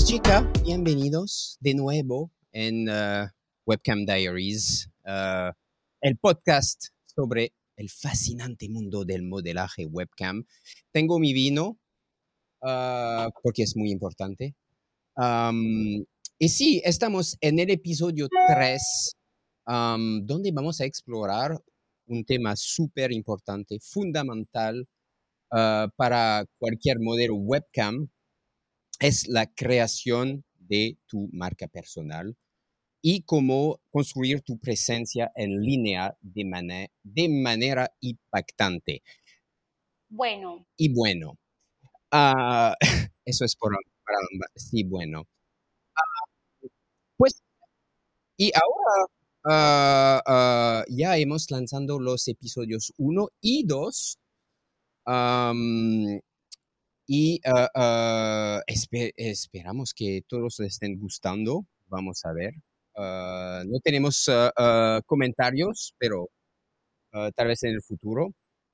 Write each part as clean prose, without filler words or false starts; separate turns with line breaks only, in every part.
chicas, bienvenidos de nuevo en Webcam Diaries, el podcast sobre el fascinante mundo del modelaje webcam. Tengo mi vino porque es muy importante. Y sí, estamos en el episodio 3, donde vamos a explorar un tema súper importante, fundamental para cualquier modelo webcam. Es la creación de tu marca personal y cómo construir tu presencia en línea de manera impactante.
Bueno.
Y bueno, eso es para sí, bueno. Pues, y ahora ya hemos lanzado los episodios 1 y 2. Y esperamos que todos les estén gustando. Vamos a ver. No tenemos comentarios, pero tal vez en el futuro.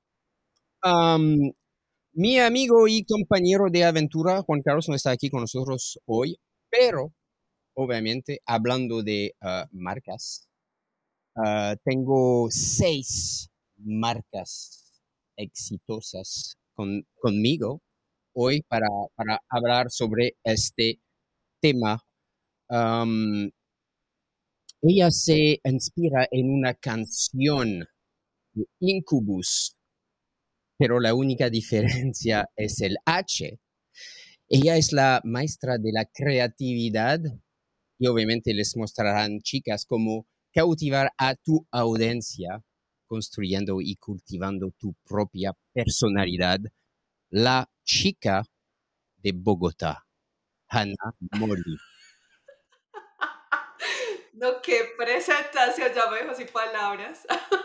Mi amigo y compañero de aventura, Juan Carlos, no está aquí con nosotros hoy, pero obviamente hablando de marcas, tengo 6 marcas exitosas conmigo hoy para hablar sobre este tema. Am, Ella se inspira en una canción de Incubus, pero la única diferencia es el H. Ella es la maestra de la creatividad y obviamente les mostrarán, chicas, cómo cautivar a tu audiencia construyendo y cultivando tu propia personalidad. La chica de Bogotá, Hannah Molly.
No, qué presentación, ya me dejó sin palabras.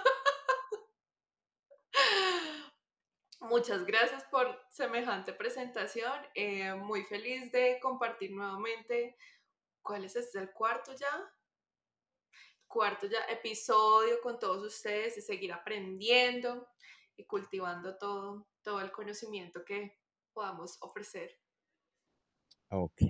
Muchas gracias por semejante presentación. Muy feliz de compartir nuevamente. ¿Cuál es este? ¿El cuarto ya? Cuarto ya episodio con todos ustedes, de seguir aprendiendo y cultivando todo el conocimiento que podamos ofrecer.
Ok.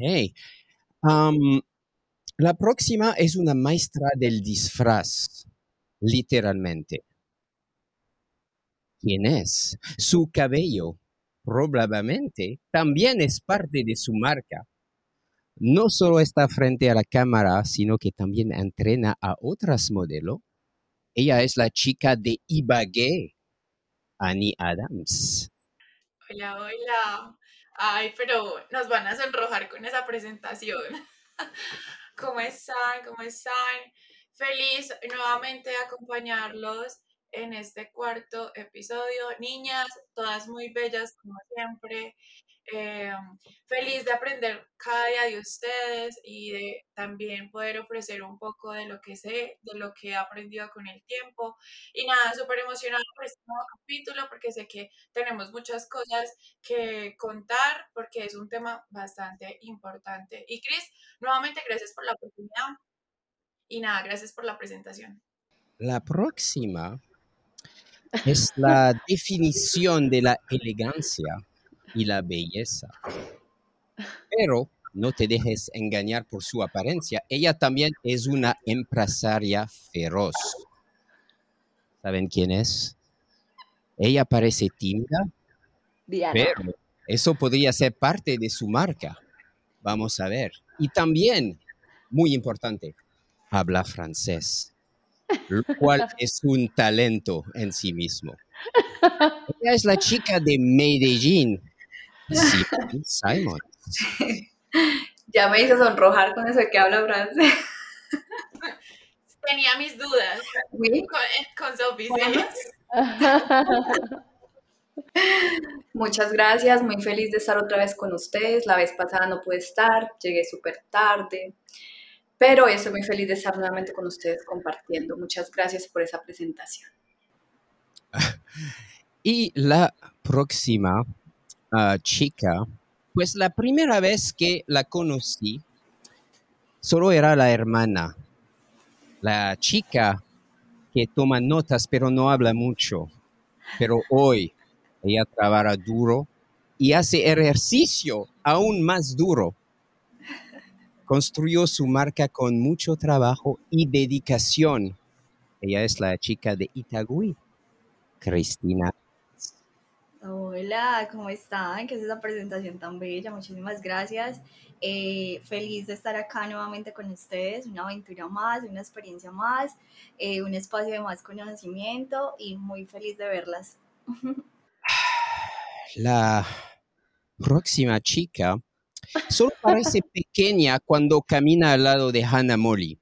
La próxima es una maestra del disfraz, literalmente. ¿Quién es? Su cabello, probablemente, también es parte de su marca. No solo está frente a la cámara, sino que también entrena a otras modelos. Ella es la chica de Ibagué, Annie Adams.
Hola, hola. Ay, pero nos van a sonrojar con esa presentación. ¿Cómo están? ¿Cómo están? Feliz nuevamente de acompañarlos en este cuarto episodio. Niñas, todas muy bellas como siempre. Eh, Feliz de aprender cada día de ustedes y de también poder ofrecer un poco de lo que sé, de lo que he aprendido con el tiempo. Y nada, súper emocionada por este nuevo capítulo porque sé que tenemos muchas cosas que contar porque es un tema bastante importante. Y Cris, nuevamente gracias por la oportunidad y nada, gracias por la presentación.
La próxima es la definición de la elegancia y la belleza. Pero no te dejes engañar por su apariencia. Ella también es una empresaria feroz. ¿Saben quién es? Ella parece tímida,
Diana.
pero eso podría ser parte de su marca. Vamos a ver. Y también, muy importante, habla francés, lo cual es un talento en sí mismo. Ella es la chica de Medellín, Simone Simons.
Ya me hizo sonrojar con eso de que habla francés.
Tenía mis dudas
Oui.
con Sophie, sí.
Muchas gracias, muy feliz de estar otra vez con ustedes. La vez pasada no pude estar, llegué súper tarde, pero hoy estoy muy feliz de estar nuevamente con ustedes compartiendo. Muchas gracias por esa presentación.
Y la próxima chica, pues la primera vez que la conocí, solo era la hermana, la chica que toma notas pero no habla mucho. Pero hoy ella trabaja duro y hace ejercicio aún más duro. Construyó su marca con mucho trabajo y dedicación. Ella es la chica de Itagüí, Cristina.
Hola, ¿cómo están? ¿Qué es esa presentación tan bella? Muchísimas gracias. Feliz de estar acá nuevamente con ustedes, una aventura más, una experiencia más, un espacio de más conocimiento y muy feliz de verlas.
La próxima chica solo parece pequeña cuando camina al lado de Hannah Molly,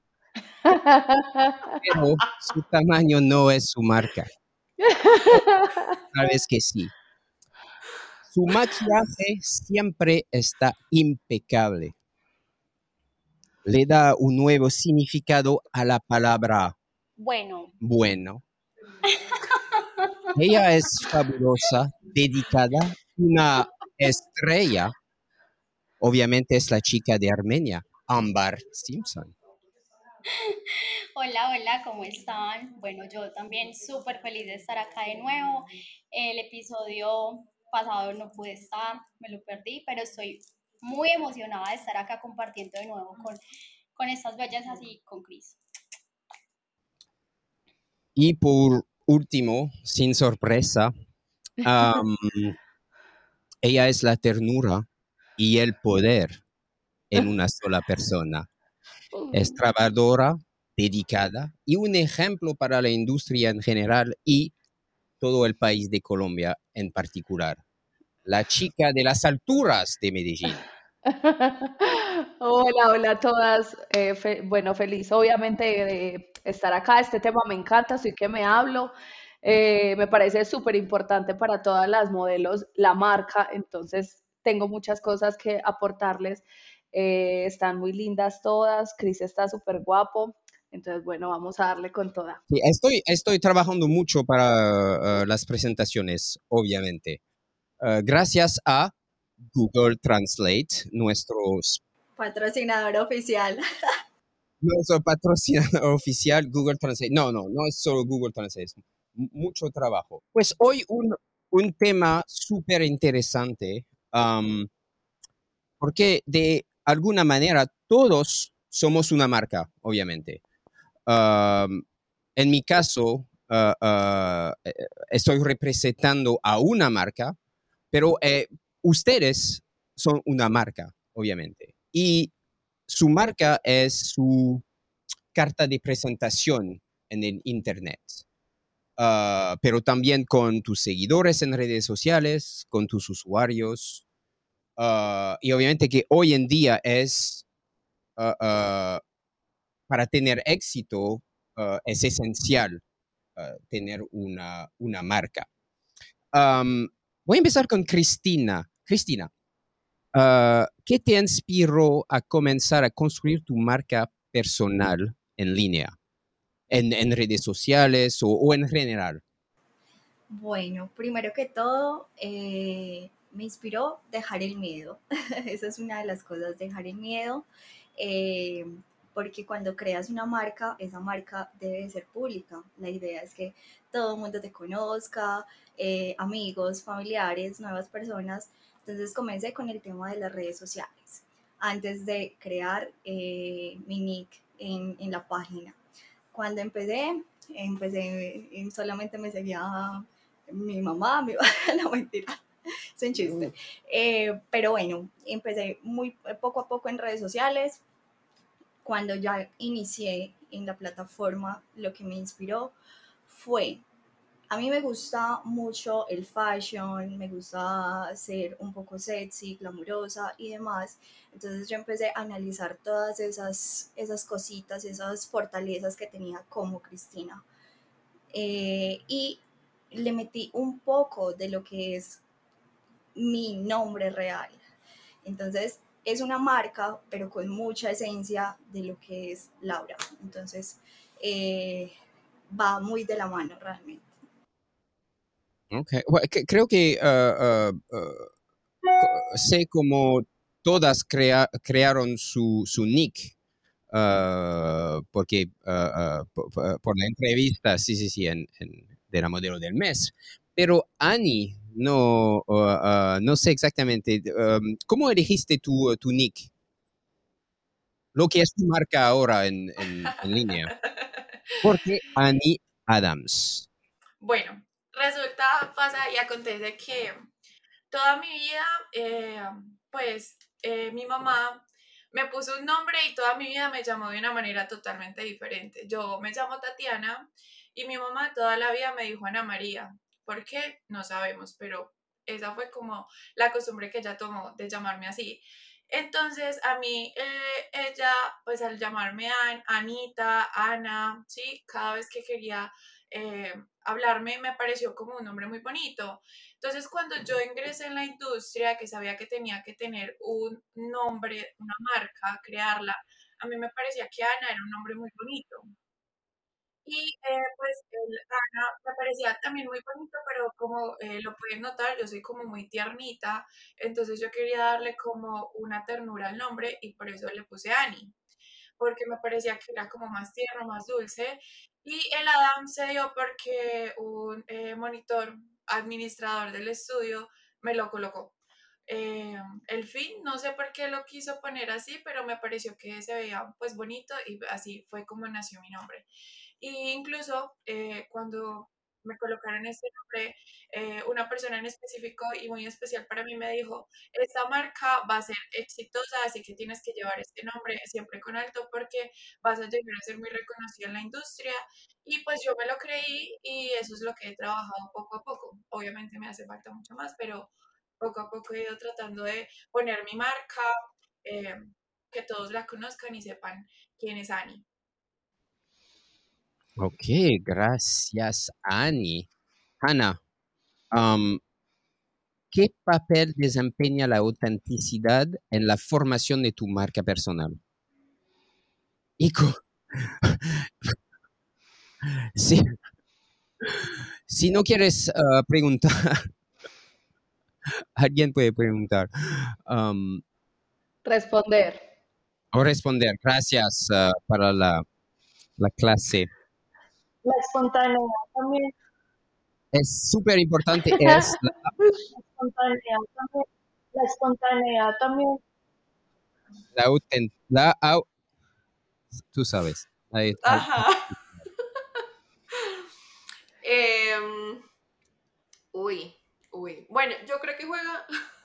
pero su tamaño no es su marca. Sabes que sí. Su maquillaje siempre está impecable. Le da un nuevo significado a la palabra
Bueno,
bueno. Ella es fabulosa, dedicada, una estrella. Obviamente es la chica de Armenia, Ámbar Simpson.
hola, hola, ¿cómo están? Bueno, yo también súper feliz de estar acá de nuevo. El episodio pasado no pude estar, me lo perdí, pero estoy muy emocionada de estar acá compartiendo de nuevo con estas bellas así con Cris.
Y por último, sin sorpresa, ella es la ternura y el poder en una sola persona. Es trabajadora, dedicada y un ejemplo para la industria en general y todo el país de Colombia en particular. La chica de las alturas de Medellín.
Hola, hola a todas. Bueno, feliz obviamente de estar acá. Este tema me encanta, así que me hablo. Me parece súper importante para todas las modelos la marca, entonces tengo muchas cosas que aportarles. Están muy lindas todas. Cris está súper guapo. Entonces, bueno, vamos a darle con toda.
Sí, estoy trabajando mucho para las presentaciones, obviamente. Gracias a Google Translate,
Patrocinador oficial.
nuestro patrocinador oficial, Google Translate. No es solo Google Translate, es mucho trabajo. Pues hoy un tema súper interesante, porque de alguna manera todos somos una marca, obviamente. En mi caso, estoy representando a una marca, pero ustedes son una marca, obviamente. Y su marca es su carta de presentación en el Internet. Pero también con tus seguidores en redes sociales, con tus usuarios. Y obviamente que hoy en día es, para tener éxito, es esencial tener una marca. Voy a empezar con Cristina. Cristina, ¿qué te inspiró a comenzar a construir tu marca personal en línea, en redes sociales o en general?
Bueno, primero que todo, me inspiró dejar el miedo. Esa es una de las cosas, dejar el miedo. eh, Porque cuando creas una marca, esa marca debe de ser pública. La idea es que todo el mundo te conozca, amigos, familiares, nuevas personas. Entonces comencé con el tema de las redes sociales, antes de crear mi nick en la página. Cuando empecé, solamente me seguía mi mamá, no mentira, es un chiste. Pero bueno, empecé muy poco a poco en redes sociales. Cuando ya inicié en la plataforma, lo que me inspiró fue, a mí me gusta mucho el fashion, me gusta ser un poco sexy, glamurosa y demás. Entonces yo empecé a analizar todas esas cositas, esas fortalezas que tenía como Cristina. Y le metí un poco de lo que es mi nombre real. Entonces es una marca, pero con mucha esencia de lo que es Laura. Entonces va muy de la mano realmente.
Okay. Bueno, creo que sé cómo todas crearon su nick, porque por la entrevista, sí, de la modelo del mes. Pero Annie, no sé exactamente, ¿cómo elegiste tu nick? lo que es tu marca ahora en línea. ¿Por qué Annie Adams?
Bueno, resulta, pasa y acontece que toda mi vida, pues mi mamá me puso un nombre y toda mi vida me llamó de una manera totalmente diferente. Yo me llamo Tatiana y mi mamá toda la vida me dijo Ana María. ¿Por qué? No sabemos, pero esa fue como la costumbre que ella tomó de llamarme así. Entonces, a mí, ella, pues al llamarme Anita, Ana, ¿sí? Cada vez que quería hablarme, me pareció como un nombre muy bonito. Entonces, cuando yo ingresé en la industria, que sabía que tenía que tener un nombre, una marca, crearla, a mí me parecía que Ana era un nombre muy bonito. Y pues Ana me parecía también muy bonito, pero como lo pueden notar, yo soy como muy tiernita, entonces yo quería darle como una ternura al nombre y por eso le puse Annie, porque me parecía que era como más tierno, más dulce. Y el Adam se dio porque un monitor administrador del estudio me lo colocó. Eh, el fin, no sé por qué lo quiso poner así, pero me pareció que se veía pues bonito y así fue como nació mi nombre. Y incluso cuando me colocaron este nombre, una persona en específico y muy especial para mí me dijo, esta marca va a ser exitosa, así que tienes que llevar este nombre siempre con alto porque vas a llegar a ser muy reconocida en la industria. Y pues yo me lo creí y eso es lo que he trabajado poco a poco. Obviamente me hace falta mucho más, pero poco a poco he ido tratando de poner mi marca, eh, que todos la conozcan y sepan quién es Annie.
Ok, gracias, Annie. Hannah, um, ¿qué papel desempeña la autenticidad en la formación de tu marca personal? si, si no quieres preguntar, alguien puede preguntar um,
Responder.
o responder. Gracias para la clase.
La espontaneidad también,
Es súper importante, es
la espontaneidad también.
tú sabes.
Ajá. Em, uy, uy. Bueno, yo creo que juega.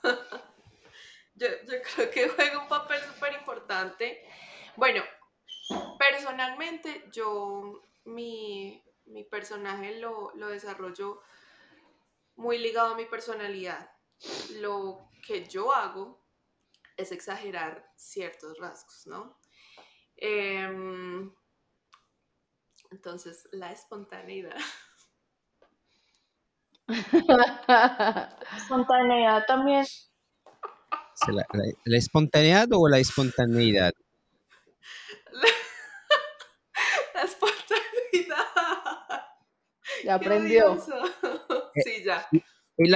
yo creo que juega un papel súper importante. Bueno, personalmente, mi personaje lo desarrollo muy ligado a mi personalidad. Lo que yo hago es exagerar ciertos rasgos, ¿no? Entonces, la espontaneidad.
Espontaneidad también.
¿La espontaneidad o la espontaneidad?
La espontaneidad.
Ya
Qué
aprendió.
odioso. Sí, ya.
Y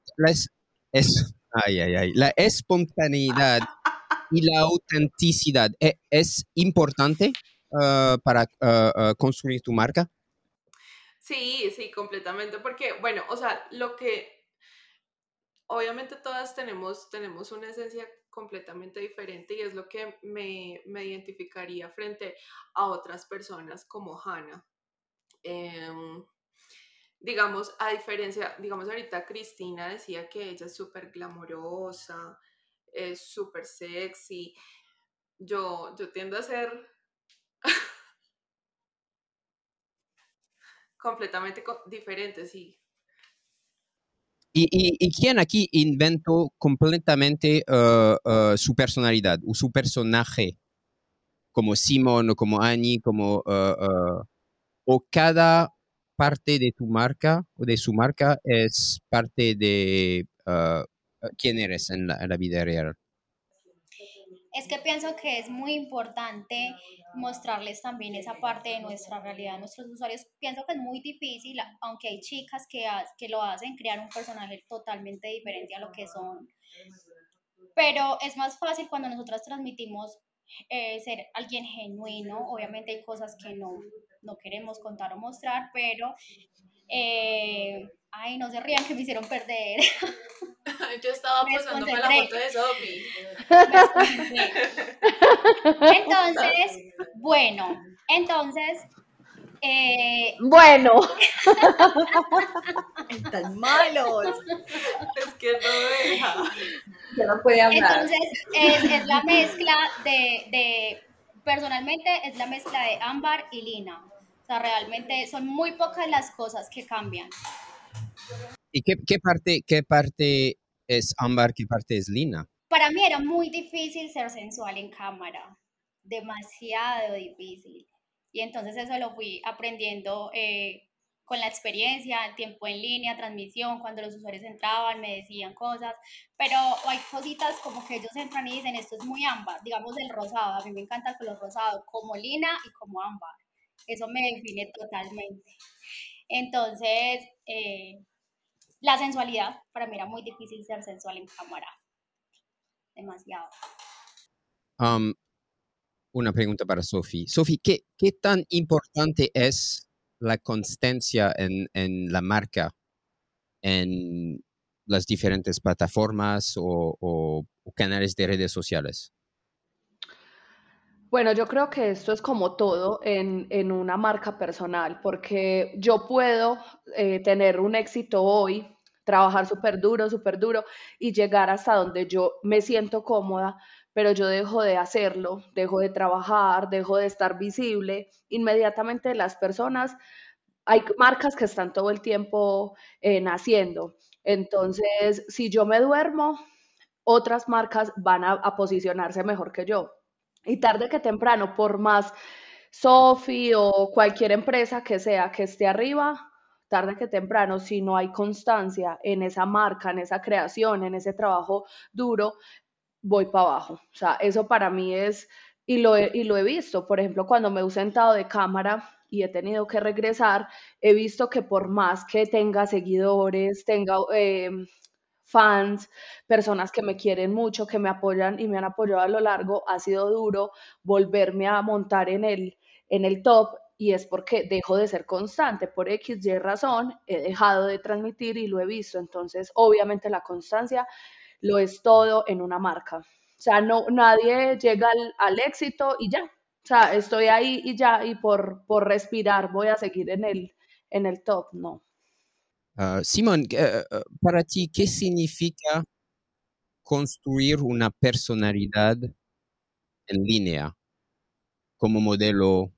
la espontaneidad y la autenticidad es importante para construir tu marca.
Sí, sí, completamente. Porque, bueno, o sea, lo que obviamente todas tenemos una esencia completamente diferente y es lo que me identificaría frente a otras personas como Hannah. Em, digamos, a diferencia, digamos ahorita Cristina decía que ella es súper glamorosa, es súper sexy. Yo tiendo a ser completamente diferente, sí.
¿Y quién aquí inventó completamente su personalidad o su personaje? Como Simon o como Annie, o cada parte de tu marca o de su marca es parte de quién eres en la vida real.
Es que pienso que es muy importante mostrarles también esa parte de nuestra realidad a nuestros usuarios. Pienso que es muy difícil, aunque hay chicas que lo hacen, crear un personaje totalmente diferente a lo que son. Pero es más fácil cuando nosotras transmitimos ser alguien genuino. Obviamente hay cosas que no queremos contar o mostrar, pero... ay, no se rían que me hicieron perder.
Yo estaba
Me
pasándome la
desconcentré.
foto de Sophie.
Me desconcentré. Entonces, bueno, entonces,
Bueno,
Tan malos.
Es que no deja.
Ya no puede hablar.
entonces es la mezcla personalmente es la mezcla de ámbar y lina. O sea, realmente son muy pocas las cosas que cambian.
¿Y qué parte es ámbar, qué parte es lina?
Para mí era muy difícil ser sensual en cámara, demasiado difícil. Y entonces eso lo fui aprendiendo con la experiencia, el tiempo en línea, transmisión, cuando los usuarios entraban, me decían cosas, pero hay cositas como que ellos entran y dicen, esto es muy ámbar, digamos el rosado, a mí me encanta el color rosado, como lina y como ámbar, eso me define totalmente. Entonces, la sensualidad, para mí era muy difícil ser sensual en cámara, demasiado.
Um, una pregunta para Sophie. Sophie, ¿qué tan importante es la constancia en la marca, en las diferentes plataformas o canales de redes sociales?
bueno, yo creo que esto es como todo en una marca personal, porque yo puedo tener un éxito hoy, trabajar súper duro y llegar hasta donde yo me siento cómoda, pero yo dejo de hacerlo, dejo de trabajar, dejo de estar visible. Inmediatamente las personas, hay marcas que están todo el tiempo naciendo. Entonces, si yo me duermo, otras marcas van a posicionarse mejor que yo. Y tarde que temprano, por más Sophie o cualquier empresa que sea que esté arriba, tarde que temprano, si no hay constancia en esa marca, en esa creación, en ese trabajo duro, voy para abajo. O sea, eso para mí es, y lo he visto, por ejemplo, cuando me he sentado de cámara y he tenido que regresar, he visto que por más que tenga seguidores, tenga fans, personas que me quieren mucho, que me apoyan y me han apoyado a lo largo, ha sido duro volverme a montar en el top y es porque dejo de ser constante. Por X, Y razón, he dejado de transmitir y lo he visto. Entonces, obviamente la constancia lo es todo en una marca. O sea, no, nadie llega al éxito y ya. O sea, estoy ahí y ya, y por respirar voy a seguir en el top, no.
Simón, para ti, ¿qué significa construir una personalidad en línea como modelo?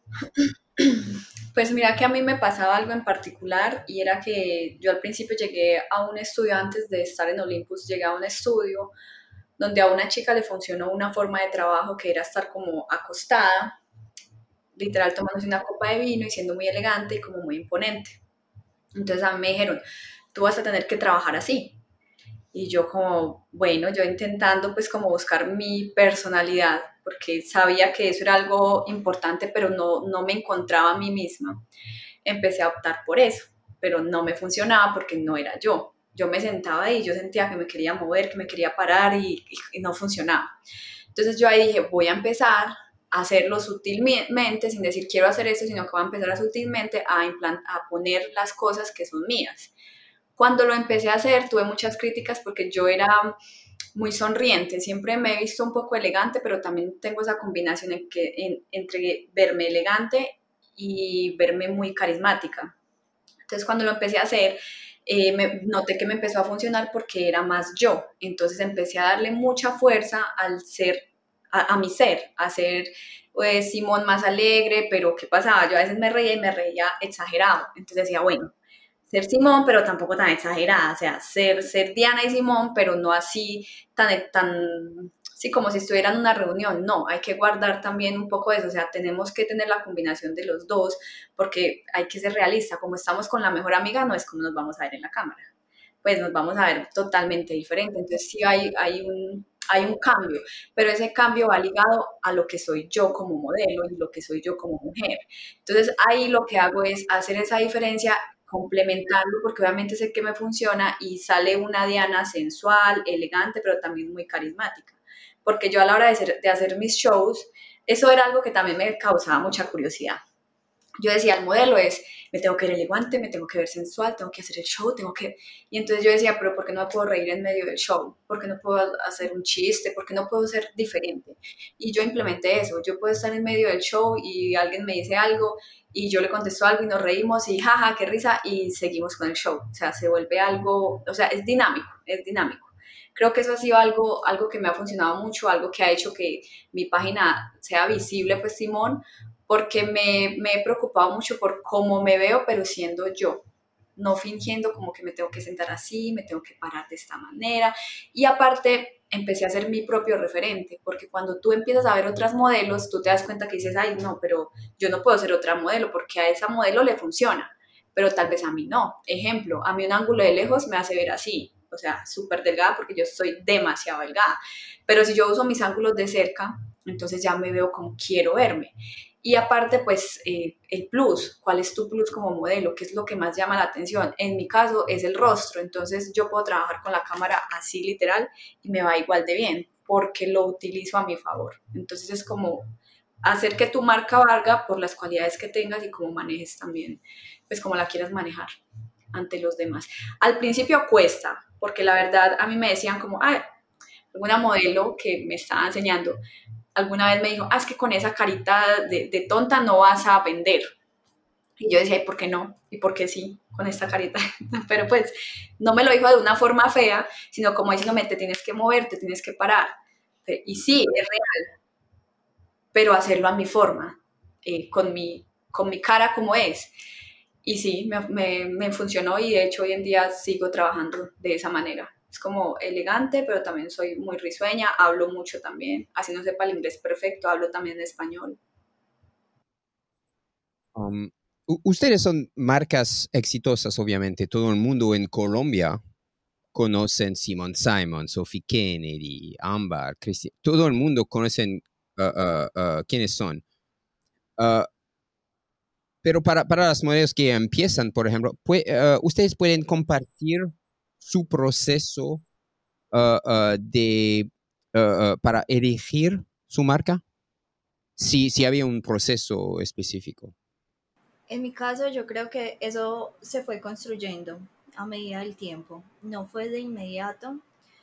Pues mira que a mí me pasaba algo en particular y era que yo al principio llegué a un estudio, antes de estar en Olympus, llegué a un estudio donde a una chica le funcionó una forma de trabajo que era estar como acostada, literal tomándose una copa de vino y siendo muy elegante y como muy imponente. Entonces a mí me dijeron, tú vas a tener que trabajar así. Y yo como, bueno, yo intentando pues como buscar mi personalidad, porque sabía que eso era algo importante, pero no me encontraba a mí misma. Empecé a optar por eso, pero no me funcionaba porque no era yo. Yo me sentaba y yo sentía que me quería mover, que me quería parar y no funcionaba. Entonces yo ahí dije, voy a empezar a hacerlo sutilmente, sin decir quiero hacer esto, sino que voy a empezar a sutilmente a poner las cosas que son mías. Cuando lo empecé a hacer tuve muchas críticas porque yo era muy sonriente, siempre me he visto un poco elegante, pero también tengo esa combinación entre verme elegante y verme muy carismática. Entonces cuando lo empecé a hacer, noté que me empezó a funcionar porque era más yo. Entonces empecé a darle mucha fuerza al ser, a mi ser, a ser pues, Simón más alegre, pero ¿qué pasaba? Yo a veces me reía y me reía exagerado. Entonces decía, bueno, ser Simón, pero tampoco tan exagerada, o sea, ser Diana y Simón, pero no así sí, como si estuviera en una reunión, no, hay que guardar también un poco eso, o sea, tenemos que tener la combinación de los dos, porque hay que ser realista, como estamos con la mejor amiga, no es como nos vamos a ver en la cámara, pues nos vamos a ver totalmente diferente, entonces sí hay un cambio, pero ese cambio va ligado a lo que soy yo como modelo y lo que soy yo como mujer. Entonces ahí lo que hago es hacer esa diferencia, complementarlo, porque obviamente sé que me funciona y sale una Diana sensual, elegante, pero también muy carismática. Porque yo a la hora de hacer mis shows, eso era algo que también me causaba mucha curiosidad. yo decía, el modelo es, me tengo que ver elegante, me tengo que ver sensual, tengo que hacer el show, tengo que... Y entonces yo decía, pero ¿por qué no me puedo reír en medio del show? ¿Por qué no puedo hacer un chiste? ¿Por qué no puedo ser diferente? Y yo implementé eso, yo puedo estar en medio del show y alguien me dice algo y yo le contesto algo y nos reímos y jaja, qué risa y seguimos con el show. O sea, se vuelve algo, o sea, es dinámico, es dinámico. Creo que eso ha sido algo que me ha funcionado mucho, algo que ha hecho que mi página sea visible, pues Simón, porque me he preocupado mucho por cómo me veo, pero siendo yo, no fingiendo como que me tengo que sentar así, me tengo que parar de esta manera. Y aparte, empecé a ser mi propio referente, porque cuando tú empiezas a ver otras modelos, tú te das cuenta que dices, ay, no, pero yo no puedo ser otra modelo, porque a esa modelo le funciona, pero tal vez a mí no. Ejemplo, a mí un ángulo de lejos me hace ver así, o sea, súper delgada porque yo soy demasiado delgada, pero si yo uso mis ángulos de cerca, entonces ya me veo como quiero verme. Y aparte, pues, el plus, ¿cuál es tu plus como modelo? ¿Qué es lo que más llama la atención? En mi caso es el rostro, entonces yo puedo trabajar con la cámara así literal y me va igual de bien porque lo utilizo a mi favor. Entonces es como hacer que tu marca valga por las cualidades que tengas y cómo manejes también, pues como la quieras manejar ante los demás. Al principio cuesta, porque la verdad a mí me decían como, ah, una modelo que me estaba enseñando, alguna vez me dijo, ah, es que con esa carita de tonta no vas a vender. Y yo decía, ¿y por qué no? ¿Y por qué sí? Con esta carita. Pero pues no me lo dijo de una forma fea, sino como diciéndome, te tienes que mover, te tienes que parar. Y sí, es real, pero hacerlo a mi forma, con mi cara como es. Y sí, me funcionó y de hecho hoy en día sigo trabajando de esa manera. Es como elegante, pero también soy muy risueña, hablo mucho también, así no sepa el inglés perfecto, hablo también español.
Ustedes son marcas exitosas, obviamente. Todo el mundo en Colombia conocen Simon Simon, Sophie Kennedy, Ámbar, Cristian. Todo el mundo conocen quiénes son. Uh, pero para las modelos que empiezan, por ejemplo, ustedes pueden compartir su proceso para elegir su marca, si había un proceso específico.
En mi caso, yo creo que eso se fue construyendo a medida del tiempo. No fue de inmediato,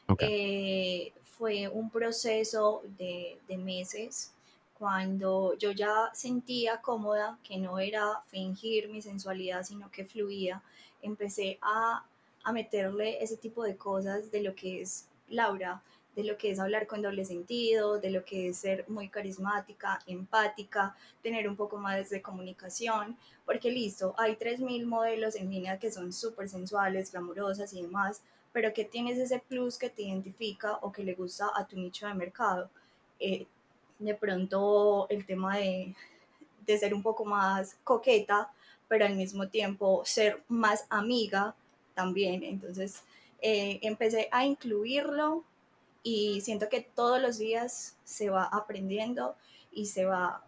fue un proceso de meses cuando yo ya sentía cómoda, que no era fingir mi sensualidad, sino que fluía. Empecé a meterle ese tipo de cosas de lo que es Laura, de lo que es hablar con doble sentido, de lo que es ser muy carismática, empática, tener un poco más de comunicación, porque listo, hay 3.000 modelos en línea que son súper sensuales, glamurosas y demás, pero que tienes ese plus que te identifica o que le gusta a tu nicho de mercado. De pronto el tema de ser un poco más coqueta, pero al mismo tiempo ser más amiga también. Entonces empecé a incluirlo y siento que todos los días se va aprendiendo y se va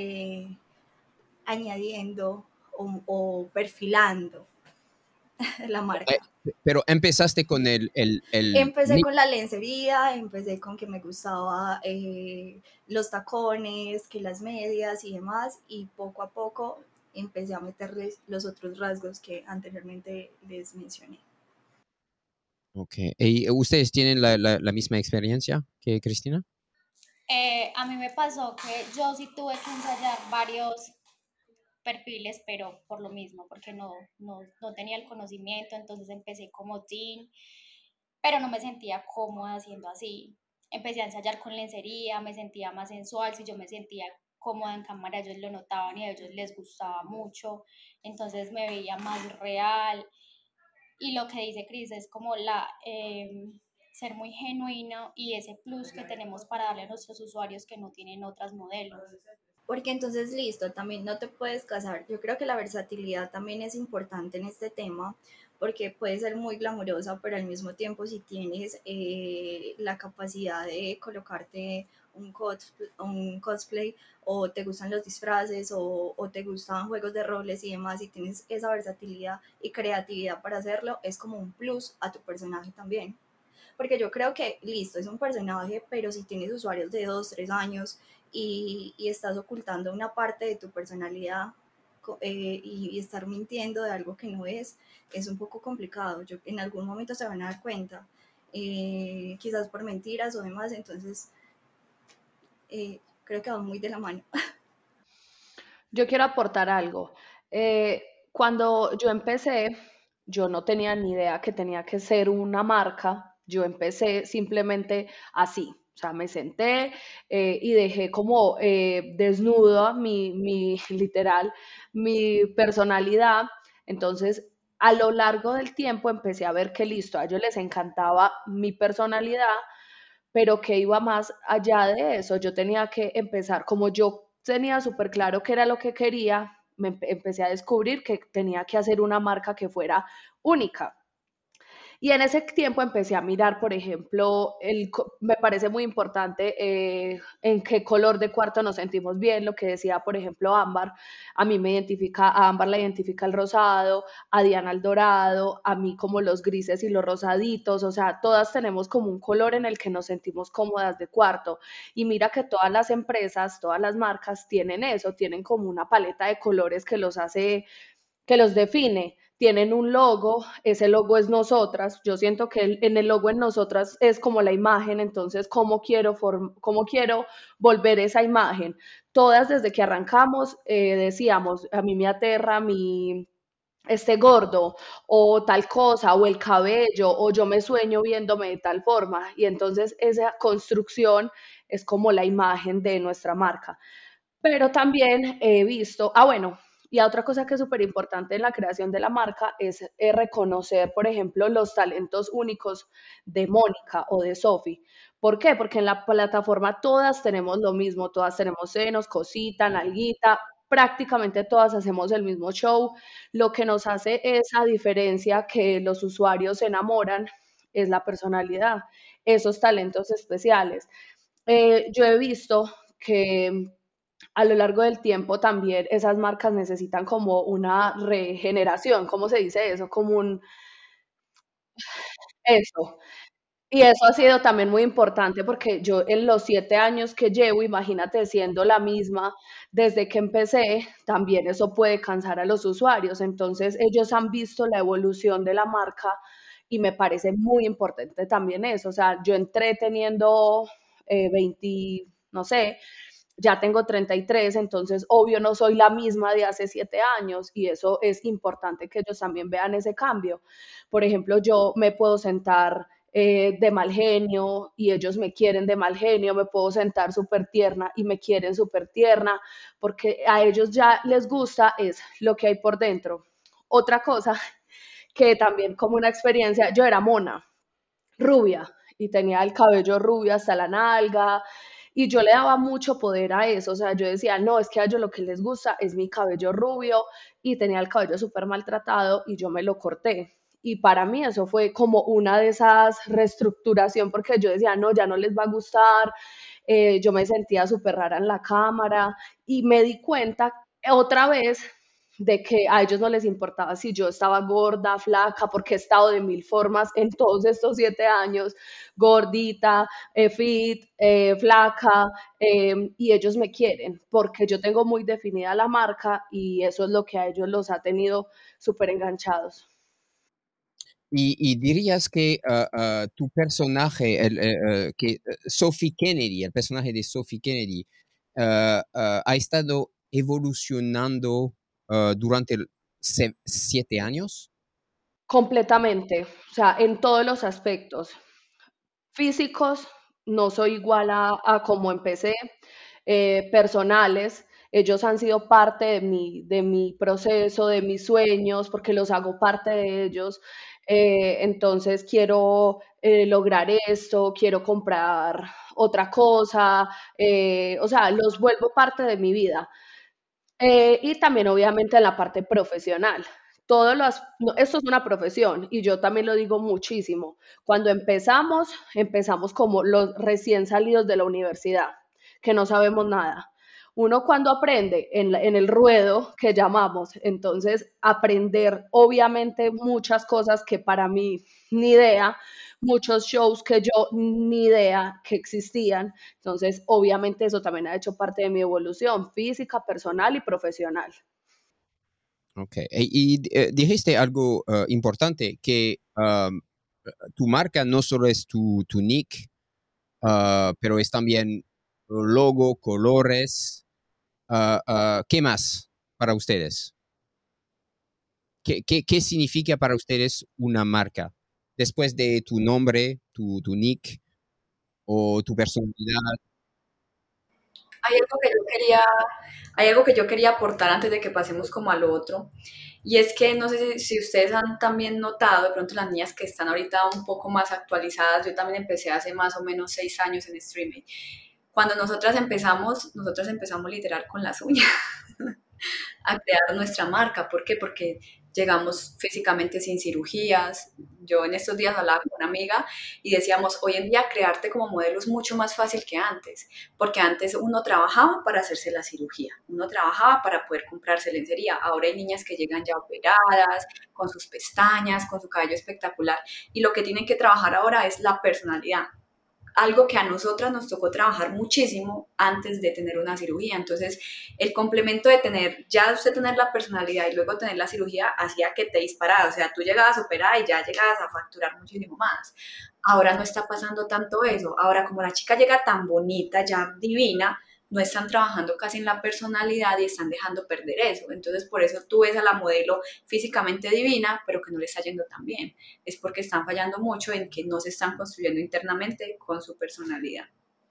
añadiendo o perfilando la marca.
Pero empezaste con
Empecé con la lencería, empecé con que me gustaba los tacones, que las medias y demás, y poco a poco empecé a meterles los otros rasgos que anteriormente les mencioné.
Ok. ¿Y ustedes tienen la misma experiencia que Cristina?
A mí me pasó que yo sí tuve que ensayar varios perfiles, pero por lo mismo, porque no tenía el conocimiento, entonces empecé como teen, pero no me sentía cómoda haciendo así. Empecé a ensayar con lencería, me sentía más sensual, si yo me sentía cómoda en cámara, ellos lo notaban y a ellos les gustaba mucho, entonces me veía más real. Y lo que dice Cris es como ser muy genuino y ese plus que tenemos para darle a nuestros usuarios que no tienen otras modelos.
Porque entonces, listo, también no te puedes casar. Yo creo que la versatilidad también es importante en este tema, porque puede ser muy glamurosa, pero al mismo tiempo si tienes la capacidad de colocarte un cosplay o te gustan los disfraces o te gustan juegos de roles y demás, y tienes esa versatilidad y creatividad para hacerlo, es como un plus a tu personaje también. Porque yo creo que, listo, es un personaje, pero si tienes usuarios de 2, 3 años y estás ocultando una parte de tu personalidad, y estar mintiendo de algo que no es un poco complicado. En algún momento se van a dar cuenta, quizás por mentiras o demás, entonces creo que va muy de la mano.
Yo quiero aportar algo. Eh, Cuando yo empecé, yo no tenía ni idea que tenía que ser una marca. Yo empecé simplemente así. O sea, me senté y dejé como desnuda literal, mi personalidad. Entonces, a lo largo del tiempo empecé a ver que listo, a ellos les encantaba mi personalidad, pero que iba más allá de eso. Yo tenía que empezar, como yo tenía súper claro qué era lo que quería, empecé a descubrir que tenía que hacer una marca que fuera única. Y en ese tiempo empecé a mirar, por ejemplo, me parece muy importante en qué color de cuarto nos sentimos bien, lo que decía, por ejemplo, Ámbar. A mí me identifica, a Ámbar la identifica el rosado, a Diana el dorado, a mí como los grises y los rosaditos, o sea, todas tenemos como un color en el que nos sentimos cómodas de cuarto. Y mira que todas las empresas, todas las marcas tienen eso, tienen como una paleta de colores que los hace, que los define. Tienen un logo, ese logo es nosotras. Yo siento que en el logo en nosotras es como la imagen, entonces, ¿cómo quiero volver esa imagen? Todas desde que arrancamos decíamos, a mí me aterra este gordo o tal cosa o el cabello o yo me sueño viéndome de tal forma y entonces esa construcción es como la imagen de nuestra marca. Pero también he visto, bueno, y otra cosa que es súper importante en la creación de la marca es reconocer, por ejemplo, los talentos únicos de Mónica o de Sophie. ¿Por qué? Porque en la plataforma todas tenemos lo mismo, todas tenemos senos, cosita, nalguita, prácticamente todas hacemos el mismo show. Lo que nos hace esa diferencia que los usuarios se enamoran es la personalidad, esos talentos especiales. Yo he visto que a lo largo del tiempo también esas marcas necesitan como una regeneración, ¿cómo se dice eso? Como un, eso. Y eso ha sido también muy importante porque yo en los 7 años que llevo, imagínate siendo la misma desde que empecé, también eso puede cansar a los usuarios. Entonces ellos han visto la evolución de la marca y me parece muy importante también eso. O sea, yo entré teniendo 20, no sé, ya tengo 33, entonces obvio no soy la misma de hace 7 años y eso es importante que ellos también vean ese cambio. Por ejemplo, yo me puedo sentar de mal genio y ellos me quieren de mal genio, me puedo sentar súper tierna y me quieren súper tierna, porque a ellos ya les gusta es lo que hay por dentro. Otra cosa que también como una experiencia, yo era mona, rubia y tenía el cabello rubio hasta la nalga y yo le daba mucho poder a eso, o sea, yo decía, no, es que a ellos lo que les gusta es mi cabello rubio y tenía el cabello súper maltratado y yo me lo corté. Y para mí eso fue como una de esas reestructuración porque yo decía, no, ya no les va a gustar, yo me sentía súper rara en la cámara y me di cuenta otra vez de que a ellos no les importaba si yo estaba gorda, flaca, porque he estado de mil formas en todos estos 7 años, gordita, fit, flaca, y ellos me quieren porque yo tengo muy definida la marca y eso es lo que a ellos los ha tenido súper enganchados.
Y dirías que tu personaje, Sophie Kennedy, el personaje de Sophie Kennedy, ha estado evolucionando durante 7 años.
Completamente, o sea, en todos los aspectos. Físicos, no soy igual a como empecé. Personales, ellos han sido parte de mi proceso, de mis sueños, porque los hago parte de ellos. Entonces quiero lograr esto, quiero comprar otra cosa, o sea, los vuelvo parte de mi vida. Y también obviamente en la parte profesional. Esto es una profesión y yo también lo digo muchísimo. Cuando empezamos como los recién salidos de la universidad, que no sabemos nada. Uno cuando aprende en el ruedo que llamamos, entonces aprender obviamente muchas cosas que para mí ni idea, muchos shows que yo ni idea que existían. Entonces, obviamente eso también ha hecho parte de mi evolución física, personal y profesional.
Ok. Y dijiste algo importante, que tu marca no solo es tu nick, pero es también logo, colores. ¿Qué más para ustedes? ¿Qué significa para ustedes una marca? Después de tu nombre, tu nick o tu personalidad.
Hay algo que yo quería, hay algo que yo quería aportar antes de que pasemos como al otro, y es que no sé si ustedes han también notado, de pronto las niñas que están ahorita un poco más actualizadas, yo también empecé hace más o menos 6 años en streaming. Cuando nosotras empezamos literal con las uñas a crear nuestra marca. ¿Por qué? Porque llegamos físicamente sin cirugías. Yo en estos días hablaba con una amiga y decíamos, hoy en día crearte como modelo es mucho más fácil que antes, porque antes uno trabajaba para hacerse la cirugía, uno trabajaba para poder comprarse lencería. Ahora hay niñas que llegan ya operadas, con sus pestañas, con su cabello espectacular, y lo que tienen que trabajar ahora es la personalidad, algo que a nosotras nos tocó trabajar muchísimo antes de tener una cirugía. Entonces, el complemento de usted tener la personalidad y luego tener la cirugía hacía que te disparara. O sea, tú llegabas a operar y ya llegabas a facturar muchísimo más. Ahora no está pasando tanto eso. Ahora, como la chica llega tan bonita, ya divina, no están trabajando casi en la personalidad y están dejando perder eso. Entonces, por eso tú ves a la modelo físicamente divina, pero que no le está yendo tan bien. Es porque están fallando mucho en que no se están construyendo internamente con su personalidad.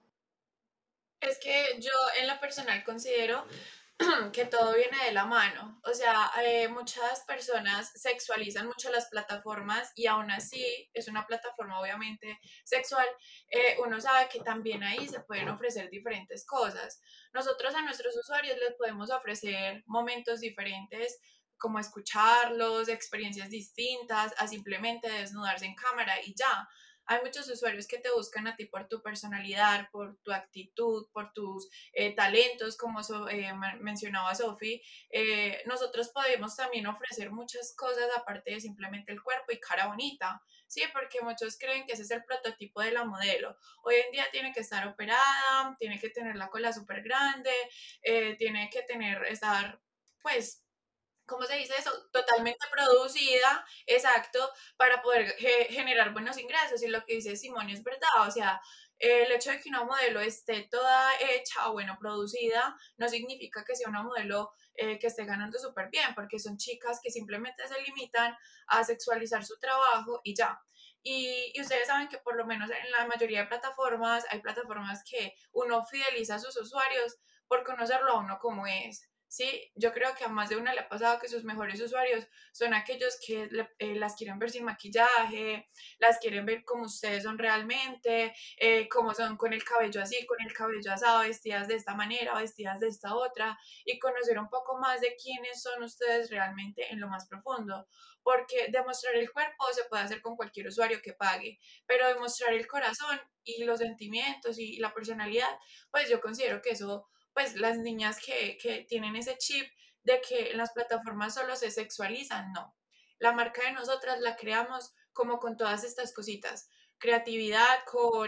Es que yo en lo personal considero que todo viene de la mano. O sea, muchas personas sexualizan mucho las plataformas y aún así es una plataforma obviamente sexual. Uno sabe que también ahí se pueden ofrecer diferentes cosas. Nosotros a nuestros usuarios les podemos ofrecer momentos diferentes, como escucharlos, experiencias distintas, a simplemente desnudarse en cámara y ya. Hay muchos usuarios que te buscan a ti por tu personalidad, por tu actitud, por tus talentos, como mencionaba Sofi. Nosotros podemos también ofrecer muchas cosas aparte de simplemente el cuerpo y cara bonita, ¿sí? Porque muchos creen que ese es el prototipo de la modelo. Hoy en día tiene que estar operada, tiene que tener la cola súper grande, tiene que estar, pues, ¿cómo se dice eso? Totalmente producida, exacto, para poder generar buenos ingresos. Y lo que dice Simón es verdad, o sea, el hecho de que una modelo esté toda hecha o bueno, producida, no significa que sea una modelo que esté ganando súper bien, porque son chicas que simplemente se limitan a sexualizar su trabajo y ya. Y ustedes saben que por lo menos en la mayoría de plataformas, hay plataformas que uno fideliza a sus usuarios por conocerlo a uno como es. Sí, yo creo que a más de una le ha pasado que sus mejores usuarios son aquellos que las quieren ver sin maquillaje, las quieren ver como ustedes son realmente, como son con el cabello así, con el cabello asado, vestidas de esta manera, vestidas de esta otra, y conocer un poco más de quiénes son ustedes realmente en lo más profundo. Porque demostrar el cuerpo se puede hacer con cualquier usuario que pague, pero demostrar el corazón y los sentimientos y la personalidad, pues yo considero que eso, pues las niñas que tienen ese chip de que en las plataformas solo se sexualizan, no. La marca de nosotras la creamos como con todas estas cositas, creatividad, con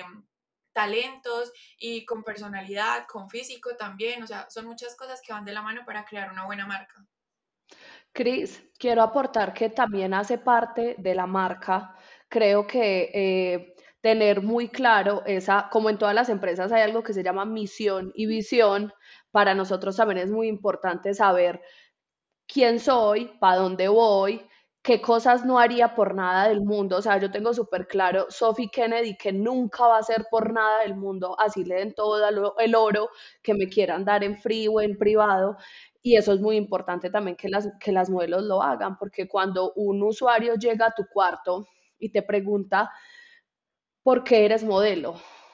talentos y con personalidad, con físico también, o sea, son muchas cosas que van de la mano para crear una buena marca.
Cris, quiero aportar que también hace parte de la marca. Creo que tener muy claro esa, como en todas las empresas hay algo que se llama misión y visión. Para nosotros también es muy importante saber quién soy, para dónde voy, qué cosas no haría por nada del mundo. O sea, yo tengo súper claro, Sophie Kennedy, que nunca va a ser por nada del mundo, así le den todo el oro que me quieran dar en free o en privado. Y eso es muy importante también que las modelos lo hagan, porque cuando un usuario llega a tu cuarto y te pregunta, ¿por qué eres modelo?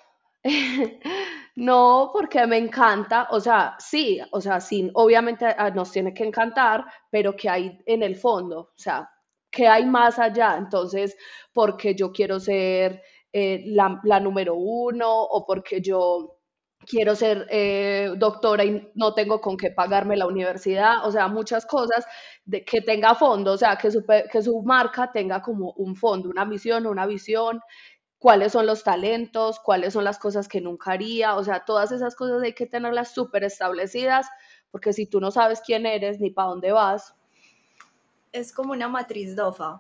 No, porque me encanta, o sea, sí, obviamente nos tiene que encantar, pero ¿qué hay en el fondo? O sea, ¿qué hay más allá? Entonces, porque yo quiero ser la número uno o porque yo quiero ser doctora y no tengo con qué pagarme la universidad, o sea, muchas cosas que tenga fondo, o sea, que su marca tenga como un fondo, una misión, una visión, cuáles son los talentos, cuáles son las cosas que nunca haría, o sea, todas esas cosas hay que tenerlas súper establecidas, porque si tú no sabes quién eres ni para dónde vas,
es como una matriz DOFA.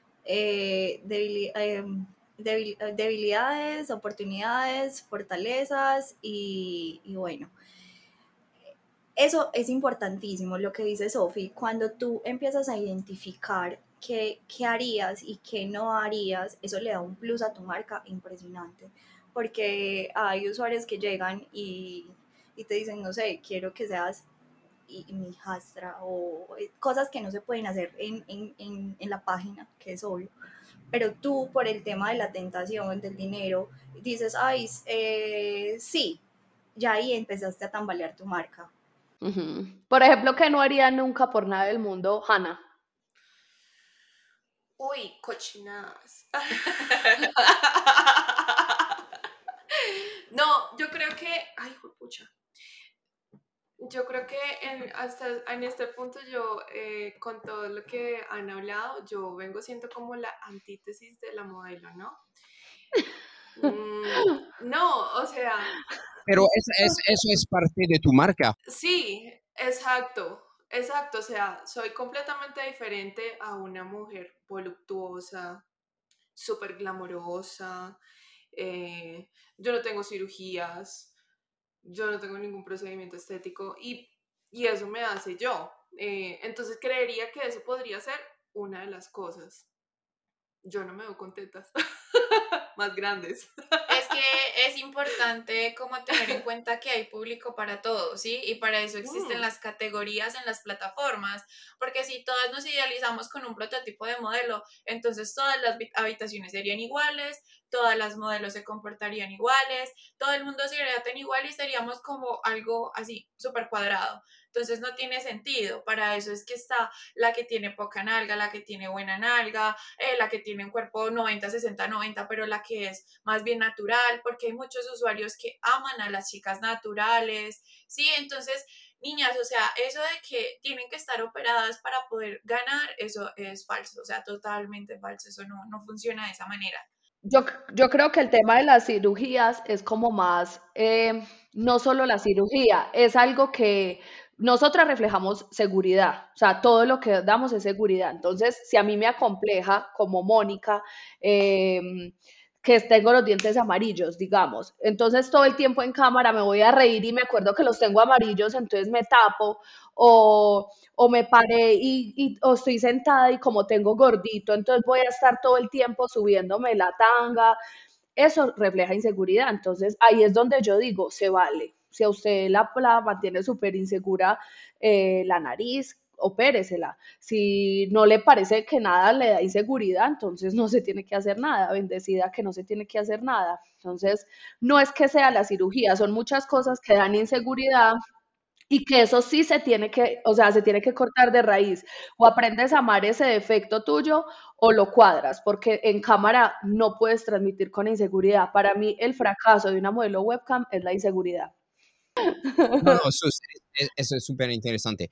Debilidades, oportunidades, fortalezas y bueno, eso es importantísimo, lo que dice Sofi. Cuando tú empiezas a identificar qué harías y qué no harías, eso le da un plus a tu marca impresionante. Porque hay usuarios que llegan y te dicen, no sé, quiero que seas mi hijastra o cosas que no se pueden hacer en la página, que es obvio. Pero tú, por el tema de la tentación, del dinero, dices, ay, sí, ya ahí empezaste a tambalear tu marca.
Ujú. Por ejemplo, que no haría nunca por nada del mundo, Hannah.
Uy, cochinadas. No, yo creo que, ay, pucha. Yo creo que hasta en este punto yo, con todo lo que han hablado, yo vengo siendo como la antítesis de la modelo, ¿no? No, o sea,
Pero eso es parte de tu marca.
sí, exacto, exacto, o sea, soy completamente diferente a una mujer voluptuosa, súper glamorosa, yo no tengo cirugías, yo no tengo ningún procedimiento estético y eso me hace yo. Entonces creería que eso podría ser una de las cosas. Yo no me veo con tetas más grandes.
Es que es importante como tener en cuenta que hay público para todo, ¿sí? Y para eso existen las categorías en las plataformas, porque si todas nos idealizamos con un prototipo de modelo, entonces todas las habitaciones serían iguales, todas las modelos se comportarían iguales, todo el mundo sería tan igual y seríamos como algo así, súper cuadrado. Entonces no tiene sentido, para eso es que está la que tiene poca nalga, la que tiene buena nalga, la que tiene un cuerpo 90, 60, 90, pero la que es más bien natural, porque hay muchos usuarios que aman a las chicas naturales, ¿sí? Entonces, niñas, o sea, eso de que tienen que estar operadas para poder ganar, eso es falso, o sea, totalmente falso, eso no funciona de esa manera.
Yo creo que el tema de las cirugías es como más, no solo la cirugía, es algo que nosotras reflejamos seguridad, o sea, todo lo que damos es seguridad. Entonces, si a mí me acompleja, como Mónica, que tengo los dientes amarillos, digamos, entonces todo el tiempo en cámara me voy a reír y me acuerdo que los tengo amarillos, entonces me tapo, o me paré o estoy sentada y como tengo gordito, entonces voy a estar todo el tiempo subiéndome la tanga. Eso refleja inseguridad. Entonces ahí es donde yo digo, se vale. Si a usted la mantiene súper insegura la nariz, opéresela. Si no le parece que nada le da inseguridad, entonces no se tiene que hacer nada. Bendecida que no se tiene que hacer nada. Entonces, no es que sea la cirugía, son muchas cosas que dan inseguridad y que eso sí se tiene que, o sea, se tiene que cortar de raíz. O aprendes a amar ese defecto tuyo o lo cuadras, porque en cámara no puedes transmitir con inseguridad. Para mí, el fracaso de una modelo webcam es la inseguridad.
No, eso es súper interesante.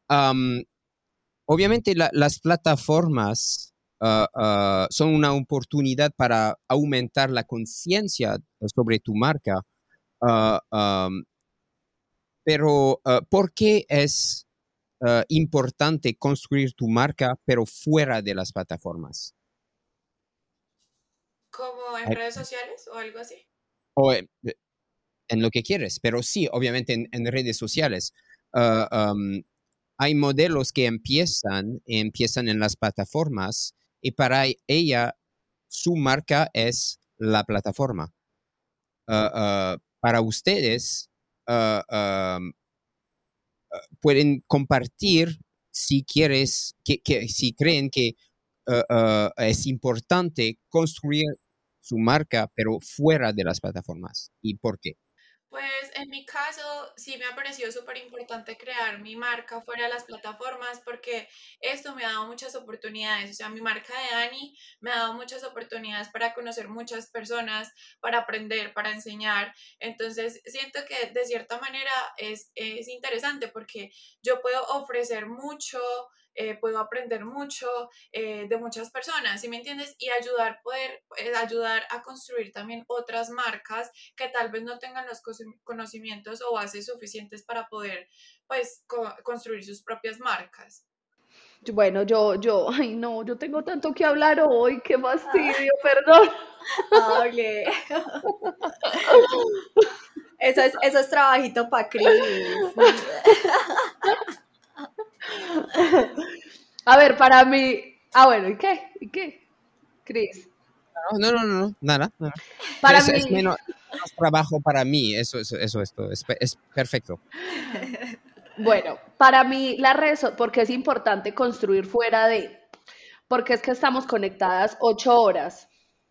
Obviamente las plataformas son una oportunidad para aumentar la conciencia sobre tu marca, ah, pero ¿por qué es importante construir tu marca pero fuera de las plataformas?
¿Como en
Hay-
redes sociales o algo así?
O en lo que quieres, pero sí, obviamente en redes sociales. Ah, hay modelos que empiezan en las plataformas y para ella su marca es la plataforma. Para ustedes, uh, um, pueden compartir si quieres, si creen que es importante construir su marca, pero fuera de las plataformas. ¿Y por qué?
Pues en mi caso sí me ha parecido súper importante crear mi marca fuera de las plataformas porque esto me ha dado muchas oportunidades, o sea, mi marca de Ani me ha dado muchas oportunidades para conocer muchas personas, para aprender, para enseñar. Entonces siento que de cierta manera es interesante porque yo puedo ofrecer mucho, puedo aprender mucho de muchas personas, ¿sí me entiendes? Y ayudar a construir también otras marcas que tal vez no tengan los conocimientos o bases suficientes para poder, pues, construir sus propias marcas.
Bueno, ay no, yo tengo tanto que hablar hoy, qué fastidio, perdón.
Hable. Eso es trabajito para Cris.
A ver, para mí, bueno, ¿y qué? ¿Y qué? Cris,
No, nada.
para
Es
mí,
menos trabajo para mí, esto, es perfecto.
bueno, para mí la red, porque es importante construir fuera de, porque es que estamos conectadas 8 horas.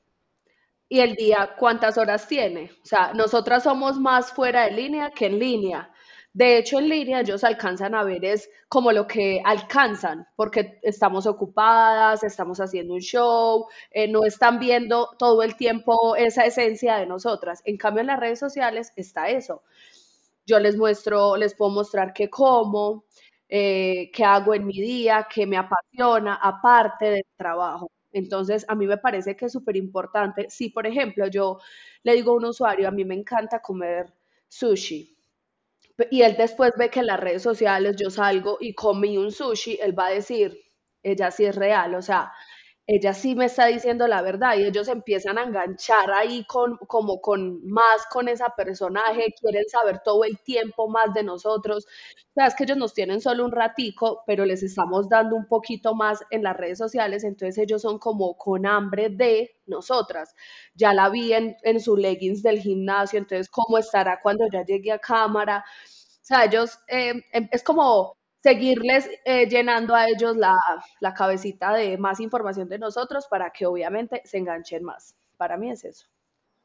Y el día, ¿cuántas horas tiene? O sea, nosotras somos más fuera de línea que en línea. De hecho, en línea ellos alcanzan a ver es como lo que alcanzan, porque estamos ocupadas, estamos haciendo un show, no están viendo todo el tiempo esa esencia de nosotras. En cambio, en las redes sociales está eso. Yo les muestro, les puedo mostrar qué como, qué hago en mi día, qué me apasiona, aparte del trabajo. Entonces, a mí me parece que es súper importante. Si, por ejemplo, yo le digo a un usuario, a mí me encanta comer sushi, y él después ve que en las redes sociales yo salgo y comí un sushi, él va a decir, ella sí es real, o sea, ella sí me está diciendo la verdad y ellos empiezan a enganchar ahí como con más con esa personaje, quieren saber todo el tiempo más de nosotros. O sea, es que ellos nos tienen solo un ratico, pero les estamos dando un poquito más en las redes sociales, entonces ellos son como con hambre de nosotras. Ya la vi en su leggings del gimnasio, entonces cómo estará cuando ya llegue a cámara. O sea, ellos, es como seguirles llenando a ellos la cabecita de más información de nosotros para que obviamente se enganchen más. Para mí es eso.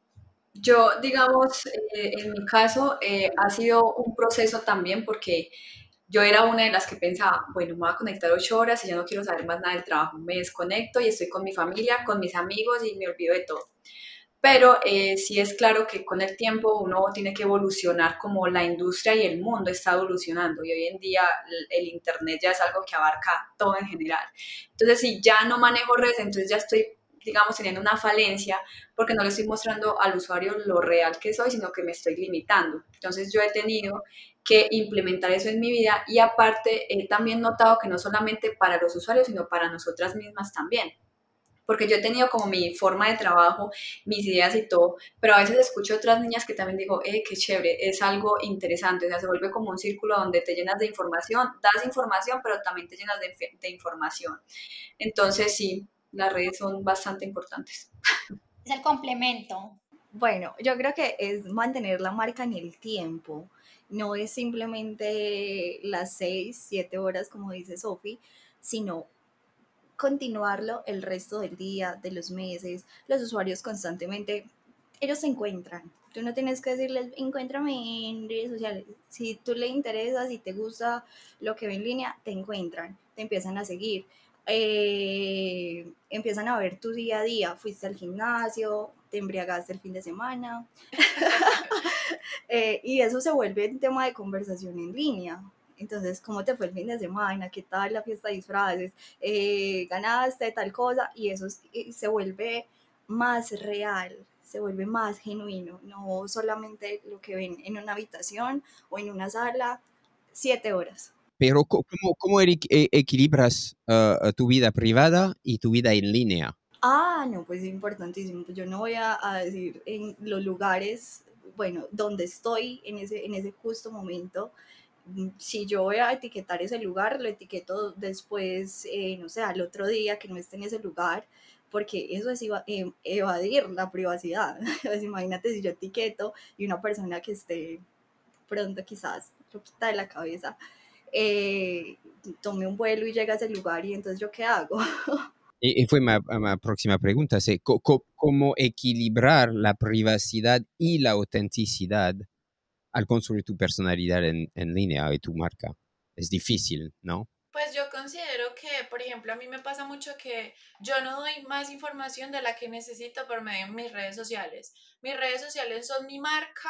Yo, digamos, en mi caso, ha sido un proceso también porque yo era una de las que pensaba, bueno, me voy a conectar 8 horas y ya no quiero saber más nada del trabajo, me desconecto y estoy con mi familia, con mis amigos y me olvido de todo. Pero sí es claro que con el tiempo uno tiene que evolucionar como la industria y el mundo está evolucionando y hoy en día el Internet ya es algo que abarca todo en general. Entonces, si ya no manejo redes, entonces ya estoy, digamos, teniendo una falencia porque no le estoy mostrando al usuario lo real que soy, sino que me estoy limitando. Entonces, yo he tenido que implementar eso en mi vida y aparte he también notado que no solamente para los usuarios, sino para nosotras mismas también porque yo he tenido como mi forma de trabajo, mis ideas y todo, pero a veces escucho otras niñas que también digo, qué chévere, es algo interesante, o sea, se vuelve como un círculo donde te llenas de información, das información, pero también te llenas de información. Entonces, sí, las redes son bastante importantes.
Es el complemento.
Bueno, yo creo que es mantener la marca en el tiempo. No es simplemente las 6, 7 horas, como dice Sofi, sino continuarlo el resto del día, de los meses. Los usuarios constantemente, ellos se encuentran. Tú no tienes que decirles, encuéntrame en redes sociales. Si tú le interesas, si te gusta lo que ve en línea, te encuentran, te empiezan a seguir. Empiezan a ver tu día a día. Fuiste al gimnasio, te embriagaste el fin de semana. Y eso se vuelve un tema de conversación en línea. Entonces, ¿cómo te fue el fin de semana? ¿Qué tal la fiesta de disfraces? ¿Ganaste tal cosa? Y eso se vuelve más real, se vuelve más genuino, no solamente lo que ven en una habitación o en una sala 7 horas.
Pero ¿cómo equilibras tu vida privada y tu vida en línea?
No, pues es importantísimo. Pues yo no voy a decir en los lugares, bueno, donde estoy en ese justo momento. Si yo voy a etiquetar ese lugar, lo etiqueto después, no sé, al otro día que no esté en ese lugar, porque eso es evadir la privacidad. Pues imagínate si yo etiqueto y una persona que esté pronto quizás lo quita de la cabeza, eh, tome un vuelo y llega a ese lugar y entonces yo qué hago.
Y fue mi próxima pregunta, ¿cómo equilibrar la privacidad y la autenticidad al construir tu personalidad en línea y tu marca? Es difícil, ¿no?
Pues yo considero que, por ejemplo, a mí me pasa mucho que yo no doy más información de la que necesito por medio de mis redes sociales. Mis redes sociales son mi marca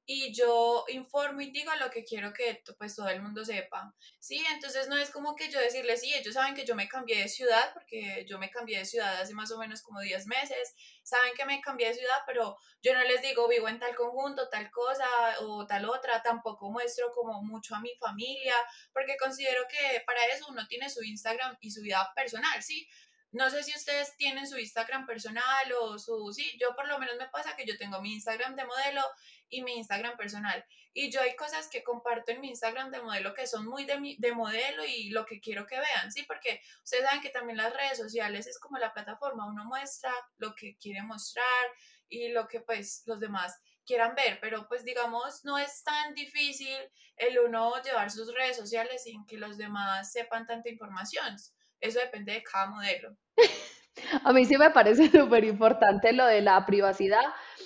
y yo informo y digo lo que quiero que pues todo el mundo sepa, ¿sí? Entonces no es como que yo decirles, sí, ellos saben que yo me cambié de ciudad, porque yo me cambié de ciudad hace más o menos como 10 meses, saben que me cambié de ciudad, pero yo no les digo vivo en tal conjunto, tal cosa o tal otra, tampoco muestro como mucho a mi familia, porque considero que para eso uno tiene su Instagram y su vida personal, ¿sí? No sé si ustedes tienen su Instagram personal o su, sí, yo por lo menos me pasa que yo tengo mi Instagram de modelo y mi Instagram personal. Y yo hay cosas que comparto en mi Instagram de modelo que son muy de modelo y lo que quiero que vean, ¿sí? Porque ustedes saben que también las redes sociales es como la plataforma, uno muestra lo que quiere mostrar y lo que pues los demás quieran ver, pero pues digamos no es tan difícil el uno llevar sus redes sociales sin que los demás sepan tanta información. Eso depende de cada modelo.
A mí sí me parece súper importante lo de la privacidad,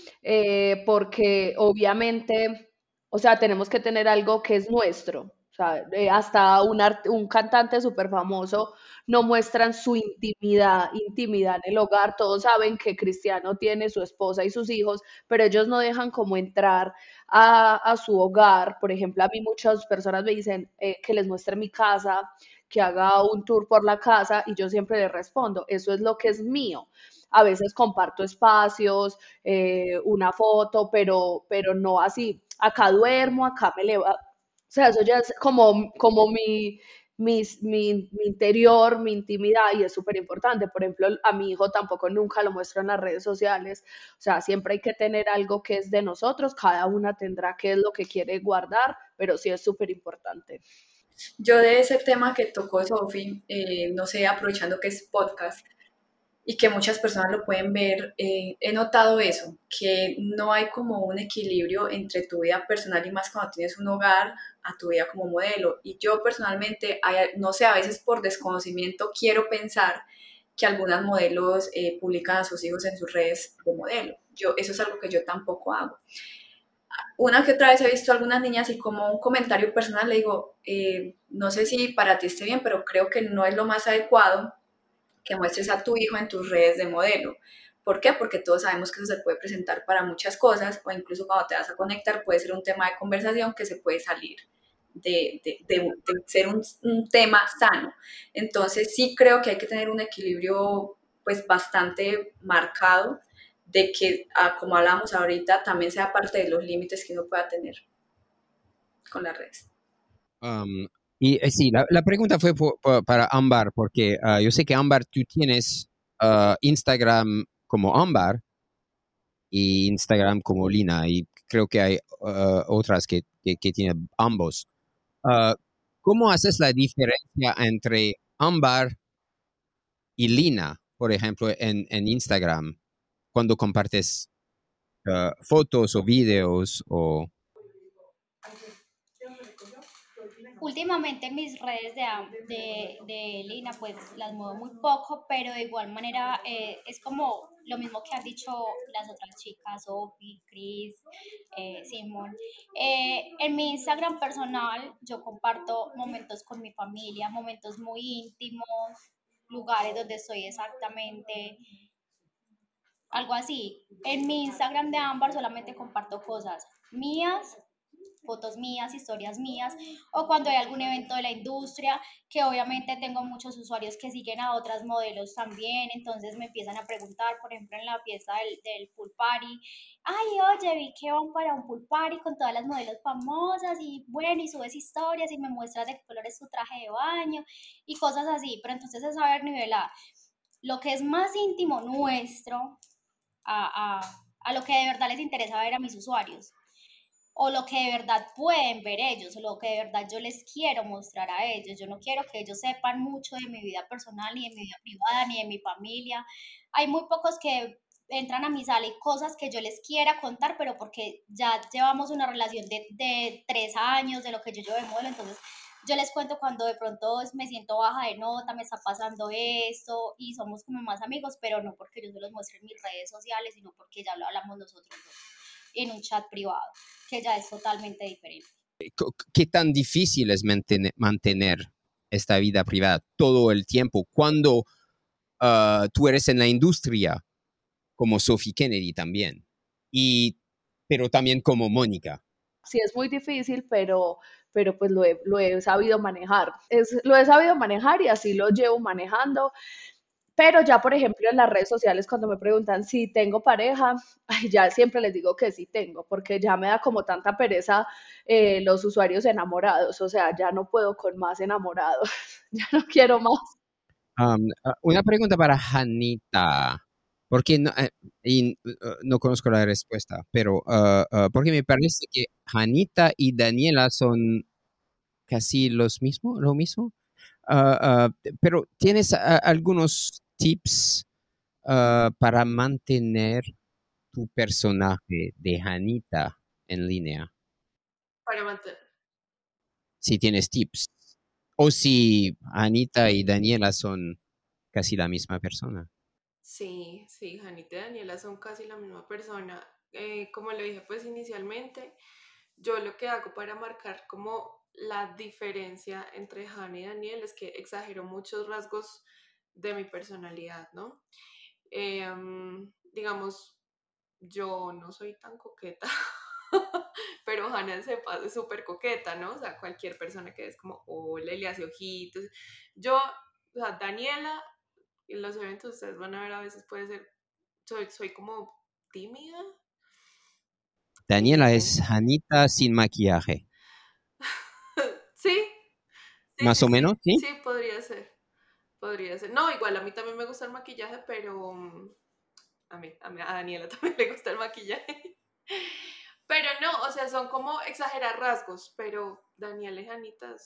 porque obviamente, o sea, tenemos que tener algo que es nuestro. O sea, hasta un cantante súper famoso no muestran su intimidad en el hogar. Todos saben que Cristiano tiene su esposa y sus hijos, pero ellos no dejan como entrar a su hogar. Por ejemplo, a mí muchas personas me dicen que les muestre mi casa, que haga un tour por la casa y yo siempre les respondo, eso es lo que es mío. A veces comparto espacios, una foto, pero no así. Acá duermo, acá me levanto. O sea, eso ya es como mi interior, mi intimidad y es súper importante. Por ejemplo, a mi hijo tampoco nunca lo muestro en las redes sociales. O sea, siempre hay que tener algo que es de nosotros. Cada una tendrá qué es lo que quiere guardar, pero sí es súper importante.
Yo de ese tema que tocó Sofi, no sé, aprovechando que es podcast y que muchas personas lo pueden ver, he notado eso, que no hay como un equilibrio entre tu vida personal y más cuando tienes un hogar a tu vida como modelo. Y yo personalmente, no sé, a veces por desconocimiento quiero pensar que algunas modelos publican a sus hijos en sus redes de modelo. Eso es algo que yo tampoco hago. Una que otra vez he visto a algunas niñas y como un comentario personal le digo, no sé si para ti esté bien, pero creo que no es lo más adecuado que muestres a tu hijo en tus redes de modelo. ¿Por qué? Porque todos sabemos que eso se puede presentar para muchas cosas o incluso cuando te vas a conectar puede ser un tema de conversación que se puede salir de ser un tema sano. Entonces sí creo que hay que tener un equilibrio pues bastante marcado de que, como hablamos ahorita, también sea parte de los límites que uno pueda tener con las redes.
Y sí, la pregunta fue para Ámbar, porque yo sé que Ámbar, tú tienes Instagram como Ámbar y Instagram como Lina, y creo que hay otras que tienen ambos. ¿Cómo haces la diferencia entre Ámbar y Lina, por ejemplo, en Instagram, cuando compartes fotos o videos o...
Últimamente mis redes de Lina pues las muevo muy poco, pero de igual manera es como lo mismo que han dicho las otras chicas, Sophie, Chris, Simón. En mi Instagram personal yo comparto momentos con mi familia, momentos muy íntimos, lugares donde estoy exactamente, algo así. En mi Instagram de Ámbar solamente comparto cosas mías, fotos mías, historias mías, o cuando hay algún evento de la industria, que obviamente tengo muchos usuarios que siguen a otras modelos también, entonces me empiezan a preguntar, por ejemplo, en la fiesta del pool party, ay, oye, vi que van para un pool party con todas las modelos famosas, y bueno, y subes historias y me muestras de qué color es tu traje de baño, y cosas así, pero entonces es saber nivelar lo que es más íntimo nuestro a lo que de verdad les interesa ver a mis usuarios, o lo que de verdad pueden ver ellos, o lo que de verdad yo les quiero mostrar a ellos. Yo no quiero que ellos sepan mucho de mi vida personal, ni de mi vida privada, ni de mi familia. Hay muy pocos que entran a mi sala y cosas que yo les quiera contar, pero porque ya llevamos una relación de 3 años, de lo que yo llevo de modelo, entonces yo les cuento cuando de pronto me siento baja de nota, me está pasando esto, y somos como más amigos, pero no porque yo se los muestre en mis redes sociales, sino porque ya lo hablamos nosotros dos en un chat privado, que ya es totalmente diferente.
¿Qué tan difícil es mantener esta vida privada todo el tiempo cuando tú eres en la industria, como Sophie Kennedy también, pero también como Mónica?
sí es muy difícil, pero pues lo he sabido manejar. Lo he sabido manejar y así lo llevo manejando. Pero ya, por ejemplo, en las redes sociales, cuando me preguntan si tengo pareja, ay, ya siempre les digo que sí tengo, porque ya me da como tanta pereza los usuarios enamorados, o sea, ya no puedo con más enamorados, ya no quiero más.
Una pregunta para Janita, porque no conozco la respuesta, pero porque me parece que Janita y Daniela son casi lo mismo. Pero ¿tienes algunos tips para mantener tu personaje de Janita en línea?
Para mantener.
Si tienes tips. O si Anita y Daniela son casi la misma persona.
Sí, sí, Janita y Daniela son casi la misma persona. Como lo dije pues inicialmente, yo lo que hago para marcar como la diferencia entre Hannah y Daniel es que exagero muchos rasgos de mi personalidad, ¿no? Digamos, yo no soy tan coqueta, pero Hannah se pasa súper coqueta, ¿no? O sea, cualquier persona que es como, hola, y le hace ojitos. Yo, o sea, Daniela, en los eventos ustedes van a ver a veces puede ser, soy como tímida.
Daniela es Janita sin maquillaje.
Sí, sí,
Más
sí,
o menos,
sí,
¿sí?
sí, podría ser. Podría ser. No, igual a mí también me gusta el maquillaje, pero a Daniela también le gusta el maquillaje. Pero no, o sea, son como exagerar rasgos, pero Daniela y Anita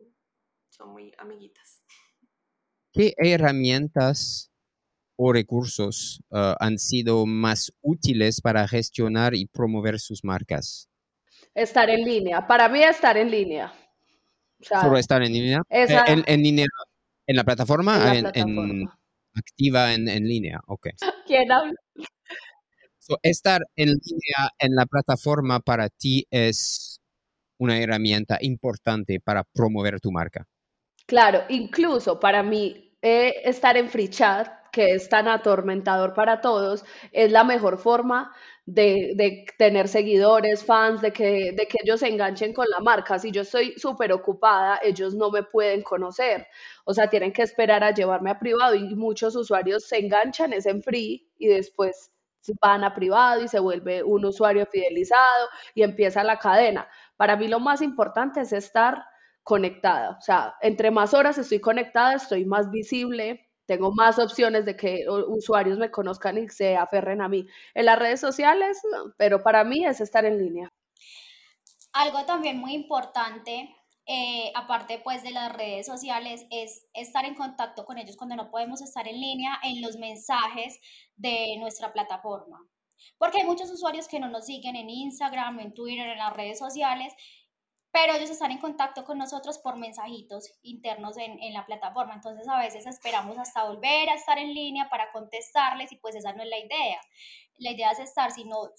son muy amiguitas.
¿Qué herramientas o recursos han sido más útiles para gestionar y promover sus marcas?
Estar en línea, para mí estar en línea, o
¿Solo
sea,
estar en línea?
esa
En línea, en la
en
plataforma,
la
en
plataforma.
activa en línea, ok.
¿Quién habla?
So, estar en línea en la plataforma para ti es una herramienta importante para promover tu marca.
Claro, incluso para mí estar en Free Chat, que es tan atormentador para todos, es la mejor forma de tener seguidores, fans, de que ellos se enganchen con la marca. Si yo estoy súper ocupada, ellos no me pueden conocer. O sea, tienen que esperar a llevarme a privado y muchos usuarios se enganchan, es en Free y después van a privado y se vuelve un usuario fidelizado y empieza la cadena. Para mí lo más importante es estar conectada. O sea, entre más horas estoy conectada, estoy más visible, tengo más opciones de que usuarios me conozcan y se aferren a mí. En las redes sociales, no, pero para mí es estar en línea.
Algo también muy importante, aparte pues de las redes sociales, es estar en contacto con ellos cuando no podemos estar en línea en los mensajes de nuestra plataforma. Porque hay muchos usuarios que no nos siguen en Instagram, en Twitter, en las redes sociales, pero ellos están en contacto con nosotros por mensajitos internos en la plataforma. Entonces a veces esperamos hasta volver a estar en línea para contestarles y pues esa no es la idea. La idea es estar,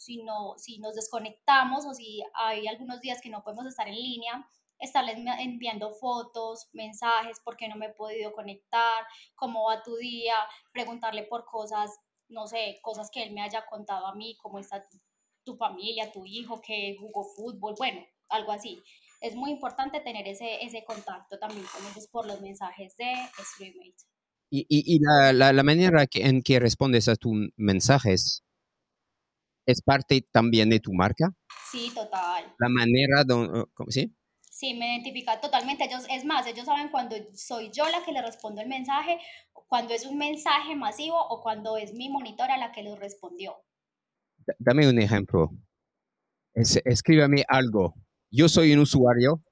si nos desconectamos o si hay algunos días que no podemos estar en línea, estarles enviando fotos, mensajes, por qué no me he podido conectar, cómo va tu día, preguntarle por cosas, no sé, cosas que él me haya contado a mí, cómo está tu familia, tu hijo, que jugó fútbol, bueno, algo así. Es muy importante tener ese contacto también con ellos por los mensajes de StreamMate.
Y la manera en que respondes a tus mensajes es parte también de tu marca.
Sí, total.
La manera, ¿sí?
Sí, me identifica totalmente. Ellos, es más, ellos saben cuando soy yo la que le respondo el mensaje, cuando es un mensaje masivo o cuando es mi monitora la que lo respondió.
Dame un ejemplo. Escríbame algo. Yo soy un usuario.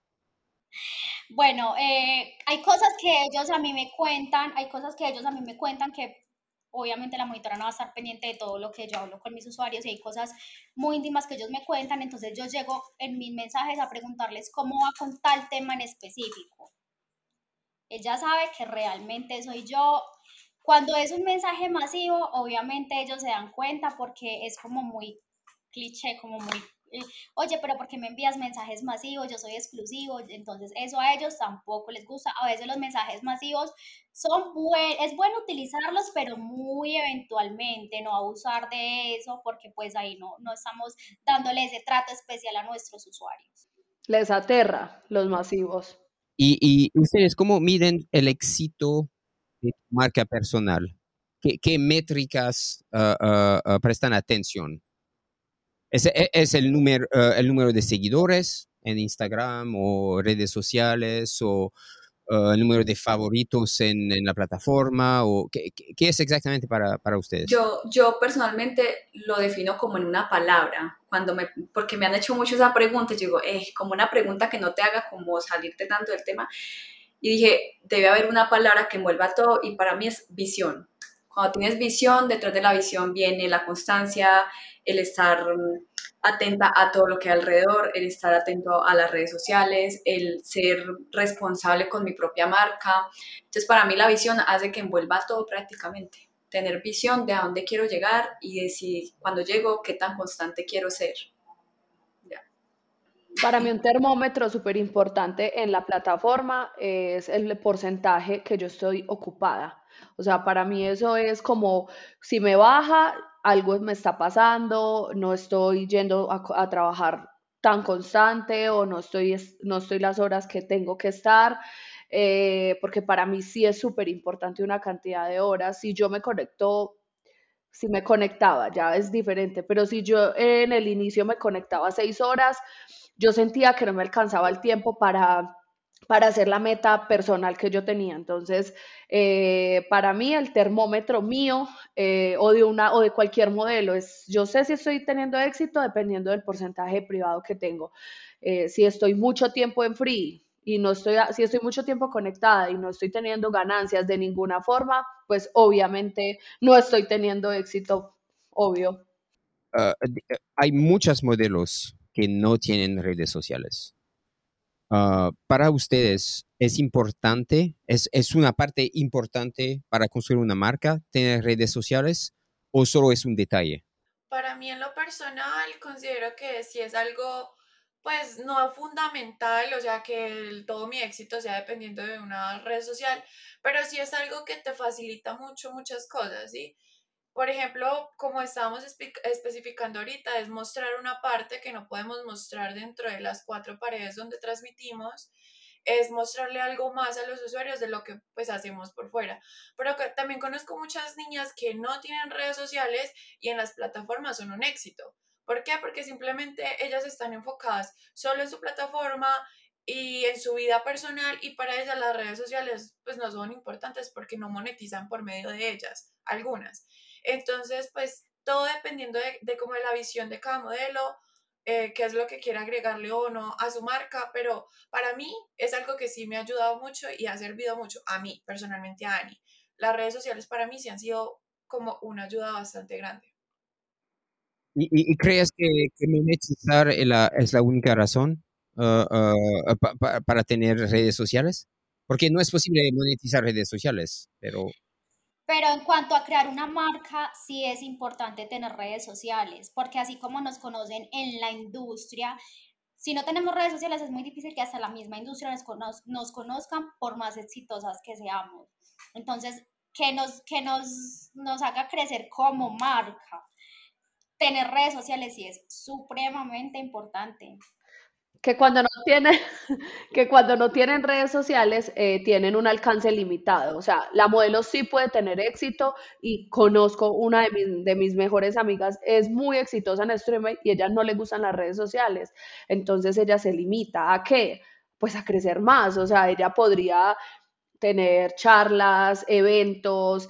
Bueno, hay cosas que ellos a mí me cuentan, hay cosas que ellos a mí me cuentan que obviamente la monitora no va a estar pendiente de todo lo que yo hablo con mis usuarios y hay cosas muy íntimas que ellos me cuentan, entonces yo llego en mis mensajes a preguntarles cómo va con tal tema en específico. Ella sabe que realmente soy yo. Cuando es un mensaje masivo, obviamente ellos se dan cuenta porque es como muy cliché, como muy oye, pero ¿por qué me envías mensajes masivos? Yo soy exclusivo, entonces eso a ellos tampoco les gusta. A veces los mensajes masivos es bueno utilizarlos, pero muy eventualmente, no abusar de eso, porque pues ahí no estamos dándole ese trato especial a nuestros usuarios.
Les aterra los masivos.
Y ustedes, ¿cómo miden el éxito de tu marca personal? ¿Qué métricas prestan atención? ¿Es el número de seguidores en Instagram o redes sociales o el número de favoritos en la plataforma? O ¿qué es exactamente para ustedes?
Yo personalmente lo defino como en una palabra, porque me han hecho mucho esa pregunta, yo digo, como una pregunta que no te haga como salirte tanto del tema, y dije, debe haber una palabra que envuelva todo, y para mí es visión. Cuando tienes visión, detrás de la visión viene la constancia, el estar atenta a todo lo que hay alrededor, el estar atento a las redes sociales, el ser responsable con mi propia marca. Entonces, para mí la visión hace que envuelva todo prácticamente. Tener visión de a dónde quiero llegar y decir cuando llego qué tan constante quiero ser. Ya.
Para mí un termómetro súper importante en la plataforma es el porcentaje que yo estoy ocupada. O sea, para mí eso es como si me baja, algo me está pasando, no estoy yendo a trabajar tan constante o no estoy las horas que tengo que estar, porque para mí sí es súper importante una cantidad de horas. Si me conectaba, ya es diferente, pero si yo en el inicio me conectaba 6 horas, yo sentía que no me alcanzaba el tiempo para hacer la meta personal que yo tenía. Entonces, para mí el termómetro mío o de cualquier modelo yo sé si estoy teniendo éxito dependiendo del porcentaje privado que tengo. Si estoy mucho tiempo en free y si estoy mucho tiempo conectada y no estoy teniendo ganancias de ninguna forma, pues obviamente no estoy teniendo éxito, obvio.
Hay muchos modelos que no tienen redes sociales. Para ustedes, ¿es importante, es una parte importante para construir una marca tener redes sociales o solo es un detalle?
Para mí en lo personal considero que si es algo pues no fundamental, o sea que todo mi éxito sea dependiendo de una red social, pero sí es algo que te facilita mucho muchas cosas, ¿sí? Por ejemplo, como estábamos especificando ahorita, es mostrar una parte que no podemos mostrar dentro de las 4 paredes donde transmitimos, es mostrarle algo más a los usuarios de lo que pues hacemos por fuera. Pero también conozco muchas niñas que no tienen redes sociales y en las plataformas son un éxito. ¿Por qué? Porque simplemente ellas están enfocadas solo en su plataforma y en su vida personal y para ellas las redes sociales pues no son importantes porque no monetizan por medio de ellas, algunas. Entonces, pues todo dependiendo de cómo es la visión de cada modelo, qué es lo que quiere agregarle o no a su marca, pero para mí es algo que sí me ha ayudado mucho y ha servido mucho a mí, personalmente a Ani. Las redes sociales para mí sí han sido como una ayuda bastante grande.
¿Y crees que monetizar es la única razón para tener redes sociales? Porque no es posible monetizar redes sociales, pero...
Pero en cuanto a crear una marca, sí es importante tener redes sociales, porque así como nos conocen en la industria, si no tenemos redes sociales es muy difícil que hasta la misma industria nos conozcan por más exitosas que seamos. Entonces, nos haga crecer como marca. Tener redes sociales sí es supremamente importante.
Que cuando no tienen, que cuando no tienen redes sociales tienen un alcance limitado. O sea, la modelo sí puede tener éxito y conozco una de mis mejores amigas, es muy exitosa en streaming y a ella no le gustan las redes sociales. Entonces ella se limita ¿a qué? Pues a crecer más. O sea, ella podría tener charlas, eventos,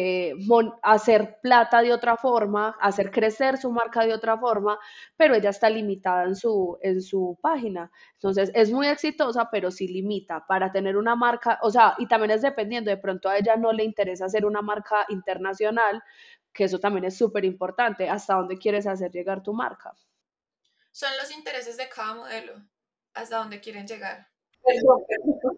hacer plata de otra forma, hacer crecer su marca de otra forma, pero ella está limitada en su página. Entonces, es muy exitosa, pero sí limita para tener una marca, o sea, y también es dependiendo, de pronto a ella no le interesa hacer una marca internacional, que eso también es súper importante, hasta dónde quieres hacer llegar tu marca.
Son los intereses de cada modelo, hasta dónde quieren llegar.
Perdón.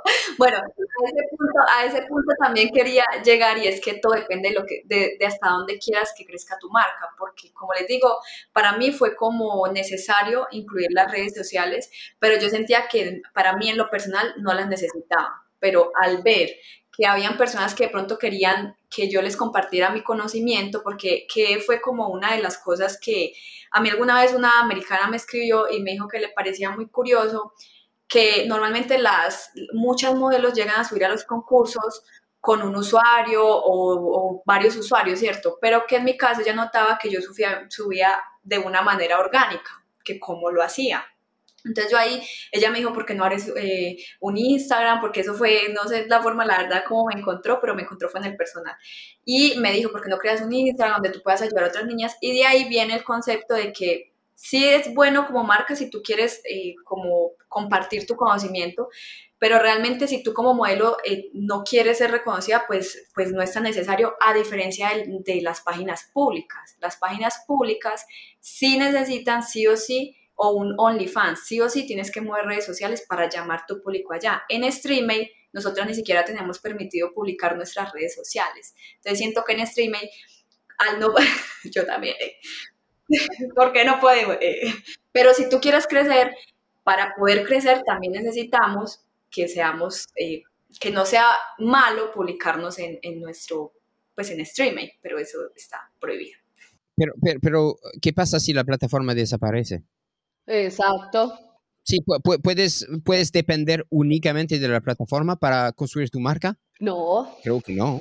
Bueno, a ese punto también quería llegar y es que todo depende de, de hasta dónde quieras que crezca tu marca, porque como les digo, para mí fue como necesario incluir las redes sociales, pero yo sentía que para mí en lo personal no las necesitaba, pero al ver que habían personas que de pronto querían que yo les compartiera mi conocimiento, porque que fue como una de las cosas que a mí alguna vez una americana me escribió y me dijo que le parecía muy curioso que normalmente muchas modelos llegan a subir a los concursos con un usuario o varios usuarios, ¿cierto? Pero que en mi caso ella notaba que yo subía de una manera orgánica, que cómo lo hacía. Entonces yo ahí, ella me dijo, ¿por qué no abres un Instagram? Porque eso fue, no sé la forma, la verdad, cómo me encontró, pero me encontró fue en el personal. Y me dijo, ¿por qué no creas un Instagram donde tú puedas ayudar a otras niñas? Y de ahí viene el concepto de que sí es bueno como marca si tú quieres como compartir tu conocimiento, pero realmente si tú como modelo no quieres ser reconocida, pues no es tan necesario, a diferencia de las páginas públicas. Las páginas públicas sí necesitan sí o sí o un OnlyFans, sí o sí tienes que mover redes sociales para llamar tu público allá. En Streamate, nosotros ni siquiera tenemos permitido publicar nuestras redes sociales. Entonces siento que en Streamate, al no, yo también, ¿por qué no podemos? Pero si tú quieres crecer, para poder crecer también necesitamos que seamos, que no sea malo publicarnos en nuestro, pues en Streamate, pero eso está prohibido.
Pero, ¿qué pasa si la plataforma desaparece?
Exacto.
Sí, ¿puedes depender únicamente de la plataforma para construir tu marca?
No,
Creo que no.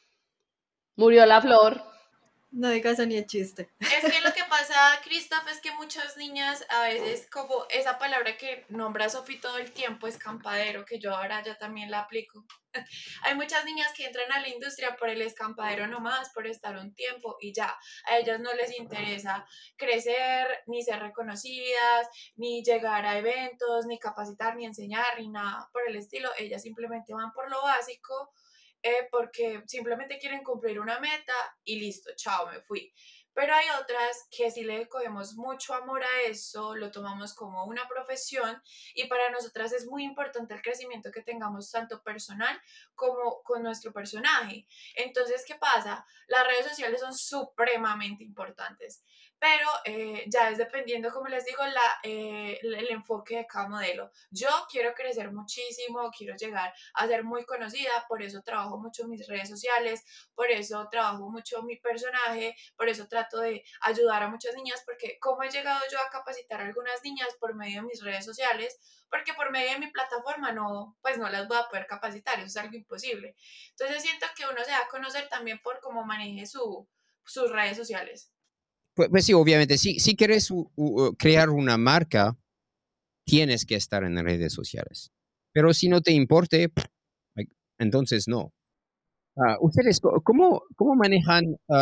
murió la flor.
No digas eso ni el chiste.
Es que lo que pasa, Christoph, es que muchas niñas a veces, como esa palabra que nombra Sofi todo el tiempo, escampadero, que yo ahora ya también la aplico. Hay muchas niñas que entran a la industria por el escampadero nomás, por estar un tiempo y ya. A ellas no les interesa crecer, ni ser reconocidas, ni llegar a eventos, ni capacitar, ni enseñar, ni nada por el estilo. Ellas simplemente van por lo básico, porque simplemente quieren cumplir una meta y listo, chao, me fui. Pero hay otras que sí le cogemos mucho amor a eso, lo tomamos como una profesión y para nosotras es muy importante el crecimiento que tengamos tanto personal como con nuestro personaje. Entonces, ¿qué pasa? Las redes sociales son supremamente importantes, pero ya es dependiendo, como les digo, el enfoque de cada modelo. Yo quiero crecer muchísimo, quiero llegar a ser muy conocida, por eso trabajo mucho mis redes sociales, por eso trabajo mucho mi personaje, por eso trato de ayudar a muchas niñas, porque como he llegado yo a capacitar a algunas niñas por medio de mis redes sociales, porque por medio de mi plataforma no, pues no las voy a poder capacitar, eso es algo imposible. Entonces siento que uno se da a conocer también por cómo maneje sus redes sociales.
Pues sí, obviamente, si quieres crear una marca, tienes que estar en redes sociales. Pero si no te importe, entonces no. ¿Ustedes cómo manejan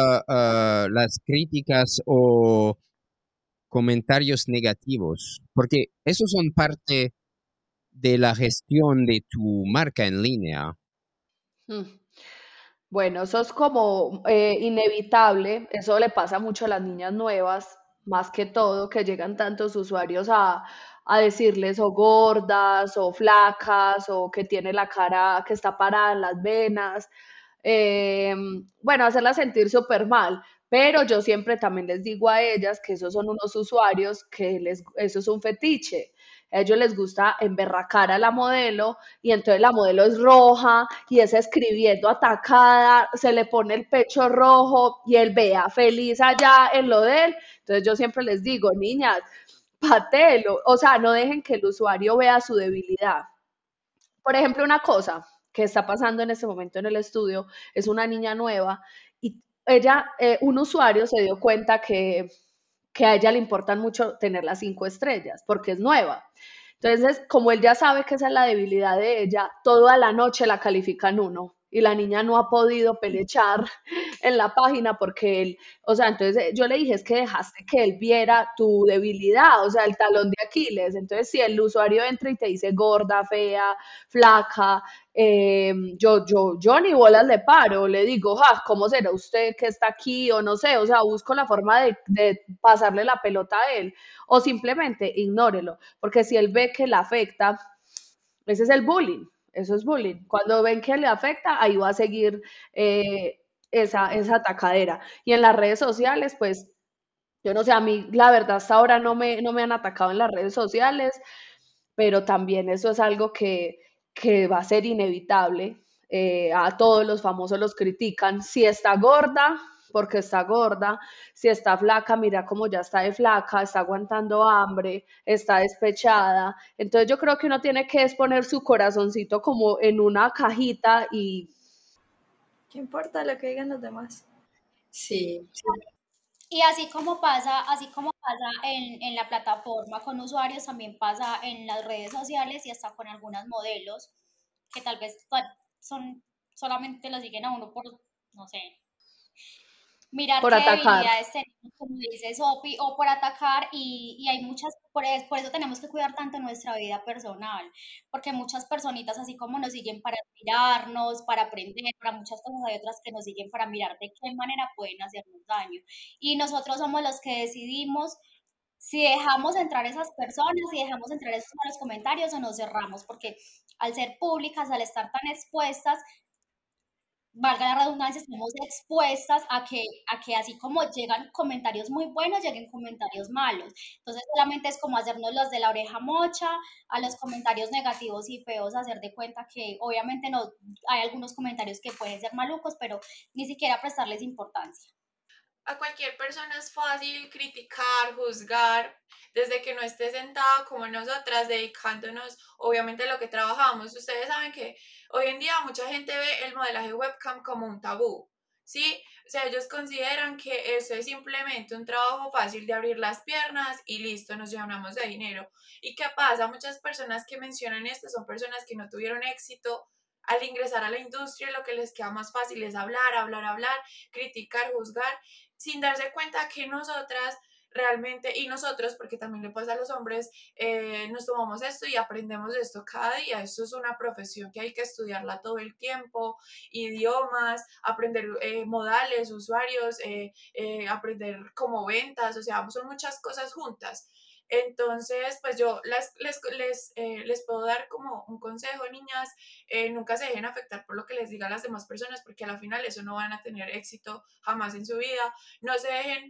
las críticas o comentarios negativos? Porque esos son parte de la gestión de tu marca en línea.
Bueno, eso es como inevitable, eso le pasa mucho a las niñas nuevas, más que todo, que llegan tantos usuarios a decirles o gordas o flacas o que tiene la cara que está parada en las venas, eh, bueno, hacerlas sentir súper mal. Pero yo siempre también les digo a ellas que esos son unos usuarios eso es un fetiche. A ellos les gusta emberracar a la modelo y entonces la modelo es roja y es escribiendo atacada, se le pone el pecho rojo y él vea feliz allá en lo de él. Entonces yo siempre les digo, niñas, patelo, o sea, no dejen que el usuario vea su debilidad. Por ejemplo, una cosa que está pasando en este momento en el estudio es una niña nueva y ella, un usuario se dio cuenta que a ella le importan mucho tener las 5 estrellas porque es nueva. Entonces, como él ya sabe que esa es la debilidad de ella, toda la noche la califican 1 y la niña no ha podido pelechar en la página porque él, o sea, entonces yo le dije, es que dejaste que él viera tu debilidad, o sea, el talón de Aquiles. Entonces, si el usuario entra y te dice gorda, fea, flaca, yo ni bolas le paro, le digo, ¿cómo será usted que está aquí? O no sé, o sea, busco la forma de pasarle la pelota a él o simplemente ignórelo, porque si él ve que la afecta, ese es el bullying. Eso es bullying. Cuando ven que le afecta, ahí va a seguir esa atacadera. Y en las redes sociales, pues yo no sé, a mí la verdad hasta ahora no me han atacado en las redes sociales, pero también eso es algo que va a ser inevitable. A todos los famosos los critican. Si está gorda, porque está gorda. Si está flaca, mira cómo ya está de flaca, está aguantando hambre, está despechada. Entonces yo creo que uno tiene que exponer su corazoncito como en una cajita y
¿Qué importa lo que digan los demás?
Sí,
Y así como pasa en la plataforma con usuarios, también pasa en las redes sociales y hasta con algunas modelos que tal vez son, solamente lo siguen a uno por, no sé, mirar
por
qué
atacar.
debilidades tenemos, como dice Sophie, o por atacar, y hay muchas, por eso tenemos que cuidar tanto nuestra vida personal, porque muchas personitas, así como nos siguen para admirarnos, para aprender, para muchas cosas, hay otras que nos siguen para mirar de qué manera pueden hacernos daño. Y nosotros somos los que decidimos si dejamos entrar esas personas, si dejamos entrar esos malos comentarios o nos cerramos, porque al ser públicas, al estar tan expuestas, valga la redundancia, estamos expuestas a que así como llegan comentarios muy buenos, lleguen comentarios malos. Entonces solamente es como hacernos los de la oreja mocha, a los comentarios negativos y feos, hacer de cuenta que obviamente no hay algunos comentarios que pueden ser malucos, pero ni siquiera prestarles importancia.
A cualquier persona es fácil criticar, juzgar, desde que no esté sentada como nosotras, dedicándonos obviamente a lo que trabajamos. Ustedes saben que hoy en día mucha gente ve el modelaje webcam como un tabú, ¿sí? O sea, ellos consideran que eso es simplemente un trabajo fácil de abrir las piernas y listo, nos llenamos de dinero. ¿Y qué pasa? Muchas personas que mencionan esto son personas que no tuvieron éxito al ingresar a la industria. Lo que les queda más fácil es hablar, hablar, hablar, criticar, juzgar, sin darse cuenta que nosotras realmente, y nosotros, porque también le pasa a los hombres, nos tomamos esto y aprendemos esto cada día. Esto es una profesión que hay que estudiarla todo el tiempo, idiomas, aprender modales, usuarios, aprender como ventas, o sea, son muchas cosas juntas. Entonces, pues yo les puedo dar como un consejo, niñas, nunca se dejen afectar por lo que les digan las demás personas, porque a la final eso no van a tener éxito jamás en su vida. No se dejen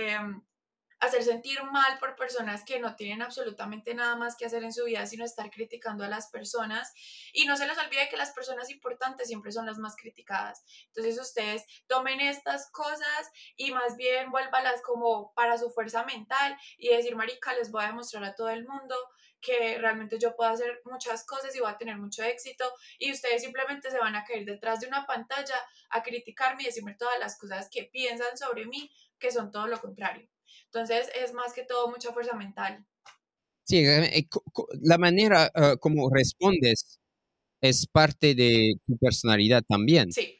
hacer sentir mal por personas que no tienen absolutamente nada más que hacer en su vida sino estar criticando a las personas, y no se les olvide que las personas importantes siempre son las más criticadas. Entonces ustedes tomen estas cosas y más bien vuélvalas como para su fuerza mental y decir, marica, les voy a demostrar a todo el mundo que realmente yo puedo hacer muchas cosas y voy a tener mucho éxito, y ustedes simplemente se van a caer detrás de una pantalla a criticarme y decirme todas las cosas que piensan sobre mí, que son todo lo contrario. Entonces es más que todo mucha fuerza mental.
Sí, la manera como respondes es parte de tu personalidad también.
Sí,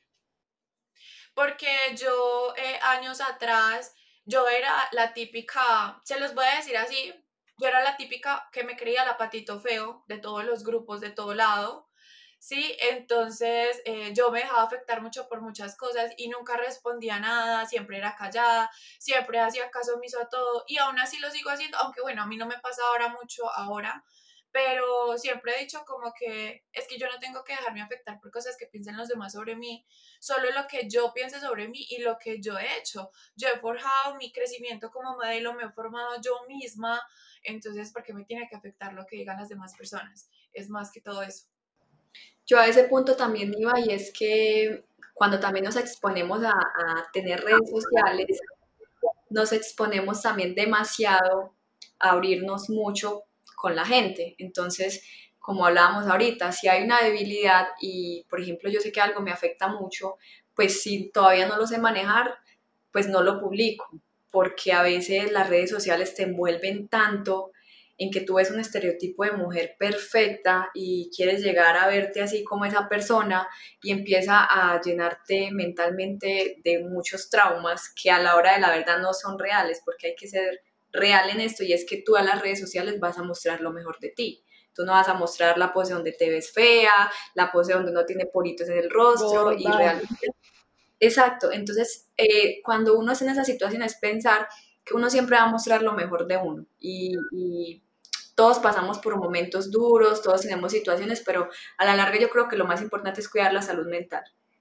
porque yo años atrás, yo era la típica, se los voy a decir así, yo era la típica que me creía la patito feo de todos los grupos, de todo lado. Sí, entonces yo me dejaba afectar mucho por muchas cosas y nunca respondía nada, siempre era callada, siempre hacía caso omiso a todo, y aún así lo sigo haciendo, aunque bueno, a mí no me pasa ahora mucho ahora, pero siempre he dicho como que es que yo no tengo que dejarme afectar por cosas que piensen los demás sobre mí, solo lo que yo piense sobre mí y lo que yo he hecho. Yo he forjado mi crecimiento como modelo, me he formado yo misma, entonces ¿por qué me tiene que afectar lo que digan las demás personas? Es más que todo eso.
yo a ese punto también iba, y es que cuando también nos exponemos a tener redes sociales, nos exponemos también demasiado a abrirnos mucho con la gente. Entonces, como hablábamos ahorita, si hay una debilidad y, por ejemplo, yo sé que algo me afecta mucho, pues si todavía no lo sé manejar, pues no lo publico, porque a veces las redes sociales te envuelven tanto en que tú ves un estereotipo de mujer perfecta y quieres llegar a verte así como esa persona, y empieza a llenarte mentalmente de muchos traumas que a la hora de la verdad no son reales, porque hay que ser real en esto, y es que tú a las redes sociales vas a mostrar lo mejor de ti. Tú no vas a mostrar la pose donde te ves fea, la pose donde no tiene poritos en el rostro y
Gorda.
realmente... Exacto, entonces cuando uno está en esa situación es pensar que uno siempre va a mostrar lo mejor de uno, y todos pasamos por momentos duros, todos tenemos situaciones, pero a la larga yo creo que lo más importante es cuidar la salud mental.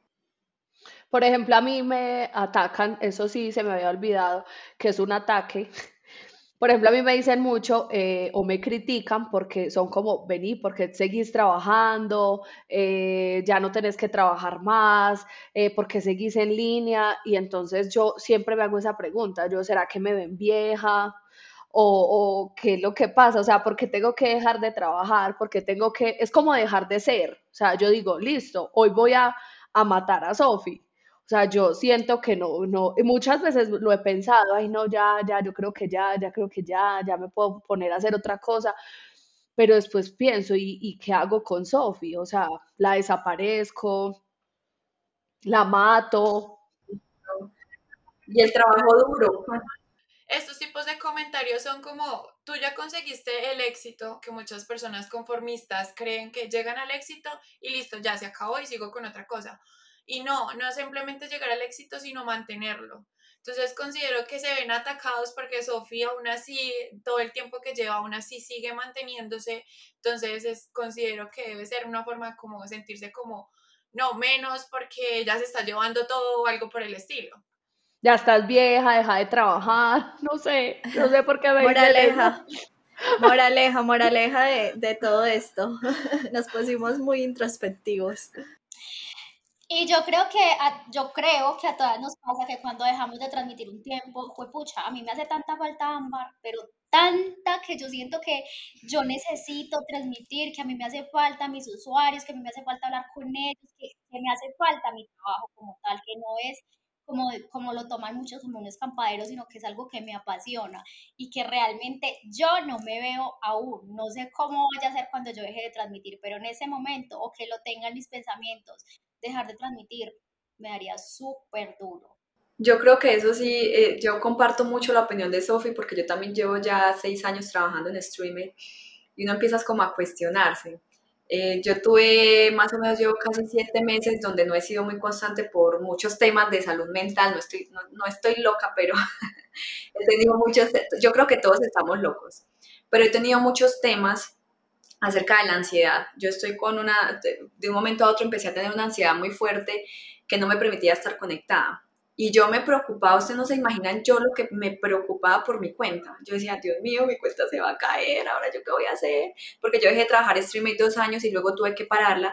Por ejemplo, a mí me atacan, eso sí se me había olvidado, que es un ataque. Por ejemplo, a mí me dicen mucho o me critican porque son como, vení, porque seguís trabajando, ya no tenés que trabajar más, porque seguís en línea. Y entonces yo siempre me hago esa pregunta, yo, ¿será que me ven vieja? O qué es lo que pasa, o sea, ¿por qué tengo que dejar de trabajar? ¿Por qué tengo que, es como dejar de ser? O sea, yo digo, listo, hoy voy a matar a Sofi. O sea, yo siento que no, y muchas veces lo he pensado, ay, no, ya, yo creo que ya creo que ya me puedo poner a hacer otra cosa, pero después pienso, ¿y qué hago con Sofi? O sea, la desaparezco, la mato.
Y el trabajo duro.
Estos tipos de comentarios son como, tú ya conseguiste el éxito, que muchas personas conformistas creen que llegan al éxito y listo, ya se acabó y sigo con otra cosa. Y no es simplemente llegar al éxito, sino mantenerlo. Entonces considero que se ven atacados porque Sofía aún así, todo el tiempo que lleva, aún así sigue manteniéndose. Entonces considero que debe ser una forma como sentirse como, no menos porque ella se está llevando todo o algo por el estilo.
Ya estás vieja, deja de trabajar, no sé por qué me dicen eso.
Moraleja de todo esto. Nos pusimos muy introspectivos.
Y yo creo que a todas nos pasa que cuando dejamos de transmitir un tiempo, pucha, a mí me hace tanta falta Ámbar, pero tanta que yo siento que yo necesito transmitir, que a mí me hace falta mis usuarios, que a mí me hace falta hablar con ellos, que me hace falta mi trabajo como tal, que no es como lo toman muchos como un escampadero, sino que es algo que me apasiona y que realmente yo no me veo aún, no sé cómo vaya a ser cuando yo deje de transmitir, pero en ese momento o que lo tenga en mis pensamientos, dejar de transmitir me daría súper duro.
Yo creo que eso sí, yo comparto mucho la opinión de Sofi porque yo también llevo ya 6 años trabajando en streamer y uno empieza como a cuestionarse. Yo tuve más o menos, llevo casi 7 meses donde no he sido muy constante por muchos temas de salud mental, no estoy loca, pero he tenido muchos, yo creo que todos estamos locos, pero he tenido muchos temas acerca de la ansiedad. Yo estoy con de un momento a otro empecé a tener una ansiedad muy fuerte que no me permitía estar conectada. Y yo me preocupaba, ustedes no se imaginan yo lo que me preocupaba por mi cuenta. Yo decía, Dios mío, mi cuenta se va a caer, ahora yo qué voy a hacer. Porque yo dejé de trabajar en Streamate 2 años y luego tuve que pararla.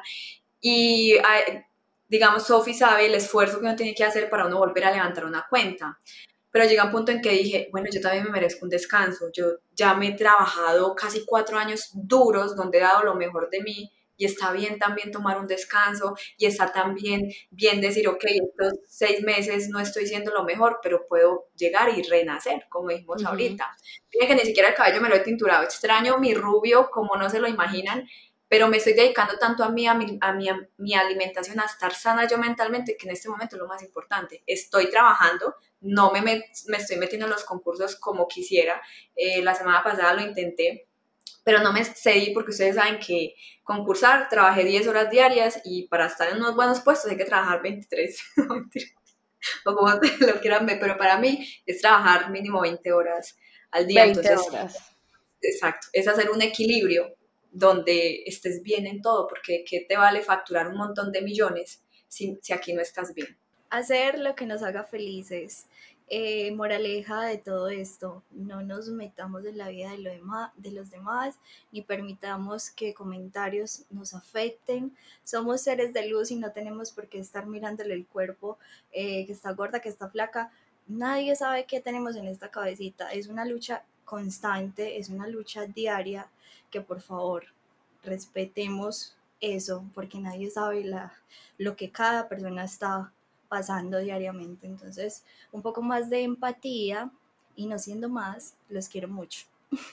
Y digamos, Sofi sabe el esfuerzo que uno tiene que hacer para uno volver a levantar una cuenta. Pero llega un punto en que dije, bueno, yo también me merezco un descanso. Yo ya me he trabajado casi 4 años duros donde he dado lo mejor de mí y está bien también tomar un descanso y está también bien decir, ok, estos 6 meses no estoy siendo lo mejor, pero puedo llegar y renacer, como dijimos ahorita. Miren que ni siquiera el cabello me lo he tinturado. Extraño mi rubio como no se lo imaginan, pero me estoy dedicando tanto a mi alimentación, a estar sana yo mentalmente, que en este momento es lo más importante. Estoy trabajando, no me estoy metiendo en los concursos como quisiera. La semana pasada lo intenté, pero no me cedí porque ustedes saben que concursar, trabajé 10 horas diarias y para estar en unos buenos puestos hay que trabajar 23, o como lo quieran ver, pero para mí es trabajar mínimo 20 horas al día.
20
entonces,
horas.
Exacto, es hacer un equilibrio donde estés bien en todo, porque ¿qué te vale facturar un montón de millones si aquí no estás bien?
Hacer lo que nos haga felices. Moraleja de todo esto, no nos metamos en la vida de los demás, ni permitamos que comentarios nos afecten. Somos seres de luz y no tenemos por qué estar mirándole el cuerpo, que está gorda, que está flaca. Nadie sabe qué tenemos en esta cabecita. Es una lucha constante, es una lucha diaria, que por favor respetemos eso, porque nadie sabe lo que cada persona está pasando diariamente. Entonces, un poco más de empatía y no siendo más, los quiero mucho.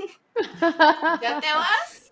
¿Ya te vas?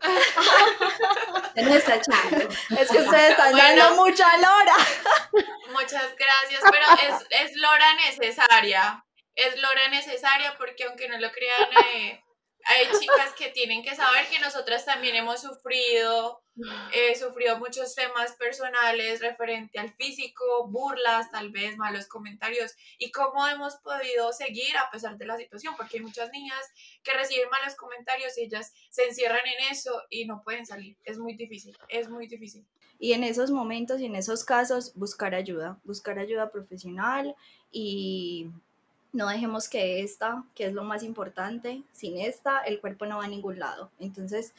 Se nos está echando.
Es que ustedes están dando mucha lora.
Muchas gracias, pero es lora necesaria. Es lora necesaria porque aunque no lo crean, hay chicas que tienen que saber que nosotras también hemos sufrido muchos temas personales referente al físico, burlas, tal vez malos comentarios, y cómo hemos podido seguir a pesar de la situación, porque hay muchas niñas que reciben malos comentarios y ellas se encierran en eso y no pueden salir. Es muy difícil, es muy difícil.
Y en esos momentos y en esos casos buscar ayuda profesional y no dejemos que que es lo más importante, sin esta el cuerpo no va a ningún lado. Entonces,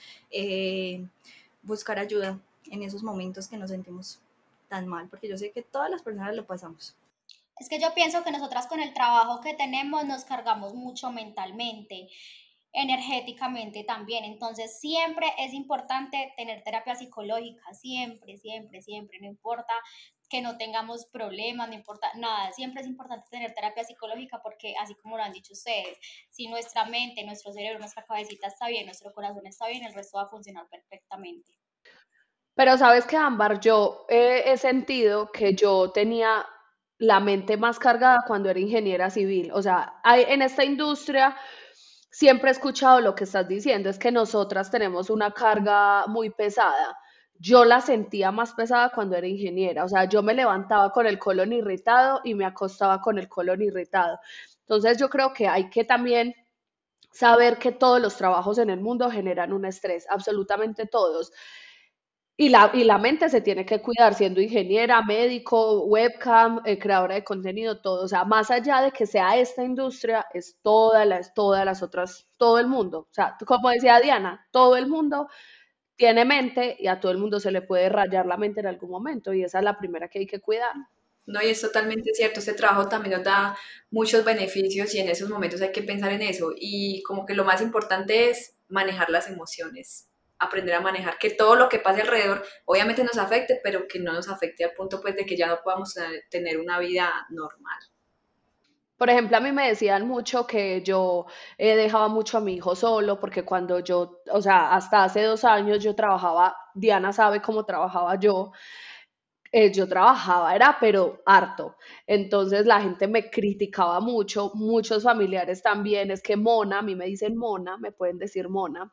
buscar ayuda en esos momentos que nos sentimos tan mal, porque yo sé que todas las personas lo pasamos.
Es que yo pienso que nosotras con el trabajo que tenemos nos cargamos mucho mentalmente, energéticamente también. Entonces siempre es importante tener terapia psicológica, siempre, siempre, siempre. No importa que no tengamos problemas, no importa nada. Siempre es importante tener terapia psicológica porque así como lo han dicho ustedes, si nuestra mente, nuestro cerebro, nuestra cabecita está bien, nuestro corazón está bien, el resto va a funcionar perfectamente.
Pero sabes que, Ámbar, yo he sentido que yo tenía la mente más cargada cuando era ingeniera civil. O sea, en esta industria siempre he escuchado lo que estás diciendo, es que nosotras tenemos una carga muy pesada. Yo la sentía más pesada cuando era ingeniera. O sea, yo me levantaba con el colon irritado y me acostaba con el colon irritado. Entonces, yo creo que hay que también saber que todos los trabajos en el mundo generan un estrés, absolutamente todos. Y la mente se tiene que cuidar siendo ingeniera, médico, webcam, creadora de contenido, todo. O sea, más allá de que sea esta industria, es todas las otras, todo el mundo. O sea, como decía Diana, todo el mundo tiene mente y a todo el mundo se le puede rayar la mente en algún momento y esa es la primera que hay que cuidar.
No, y es totalmente cierto, este trabajo también nos da muchos beneficios y en esos momentos hay que pensar en eso. Y como que lo más importante es manejar las emociones, aprender a manejar que todo lo que pase alrededor obviamente nos afecte, pero que no nos afecte al punto pues de que ya no podamos tener una vida normal.
Por ejemplo, a mí me decían mucho que yo dejaba mucho a mi hijo solo, porque cuando yo, o sea, hasta hace 2 años yo trabajaba, Diana sabe cómo trabajaba yo trabajaba, era pero harto. Entonces la gente me criticaba mucho, muchos familiares también, es que Mona, a mí me dicen Mona, me pueden decir Mona.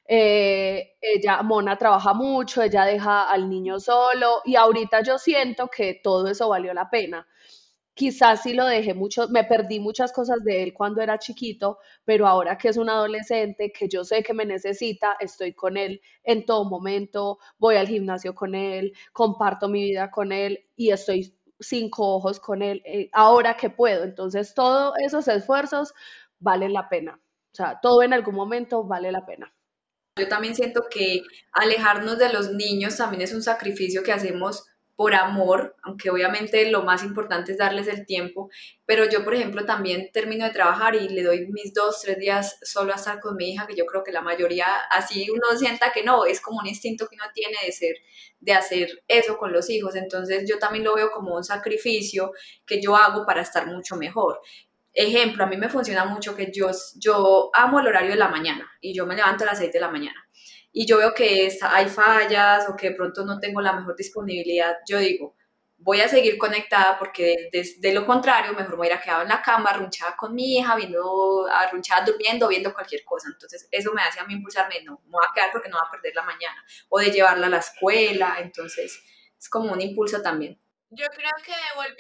Mona trabaja mucho, ella deja al niño solo y ahorita yo siento que todo eso valió la pena. Quizás sí lo dejé mucho, me perdí muchas cosas de él cuando era chiquito, pero ahora que es un adolescente, que yo sé que me necesita, estoy con él en todo momento, voy al gimnasio con él, comparto mi vida con él y estoy 5 ojos con él ahora que puedo. Entonces, todos esos esfuerzos valen la pena. O sea, todo en algún momento vale la pena.
Yo también siento que alejarnos de los niños también es un sacrificio que hacemos por amor, aunque obviamente lo más importante es darles el tiempo, pero yo, por ejemplo, también termino de trabajar y le doy mis 2, 3 días solo a estar con mi hija, que yo creo que la mayoría, así uno sienta que no, es como un instinto que uno tiene de hacer eso con los hijos, entonces yo también lo veo como un sacrificio que yo hago para estar mucho mejor. Ejemplo, a mí me funciona mucho que yo amo el horario de la mañana y yo me levanto a las 6 de la mañana y yo veo que hay fallas o que de pronto no tengo la mejor disponibilidad, yo digo, voy a seguir conectada porque de lo contrario mejor me hubiera quedado en la cama arrunchada con mi hija, arrunchada durmiendo, viendo cualquier cosa. Entonces eso me hace a mí impulsarme, no, me voy a quedar porque no voy a perder la mañana o de llevarla a la escuela, entonces es como un impulso también.
Yo creo que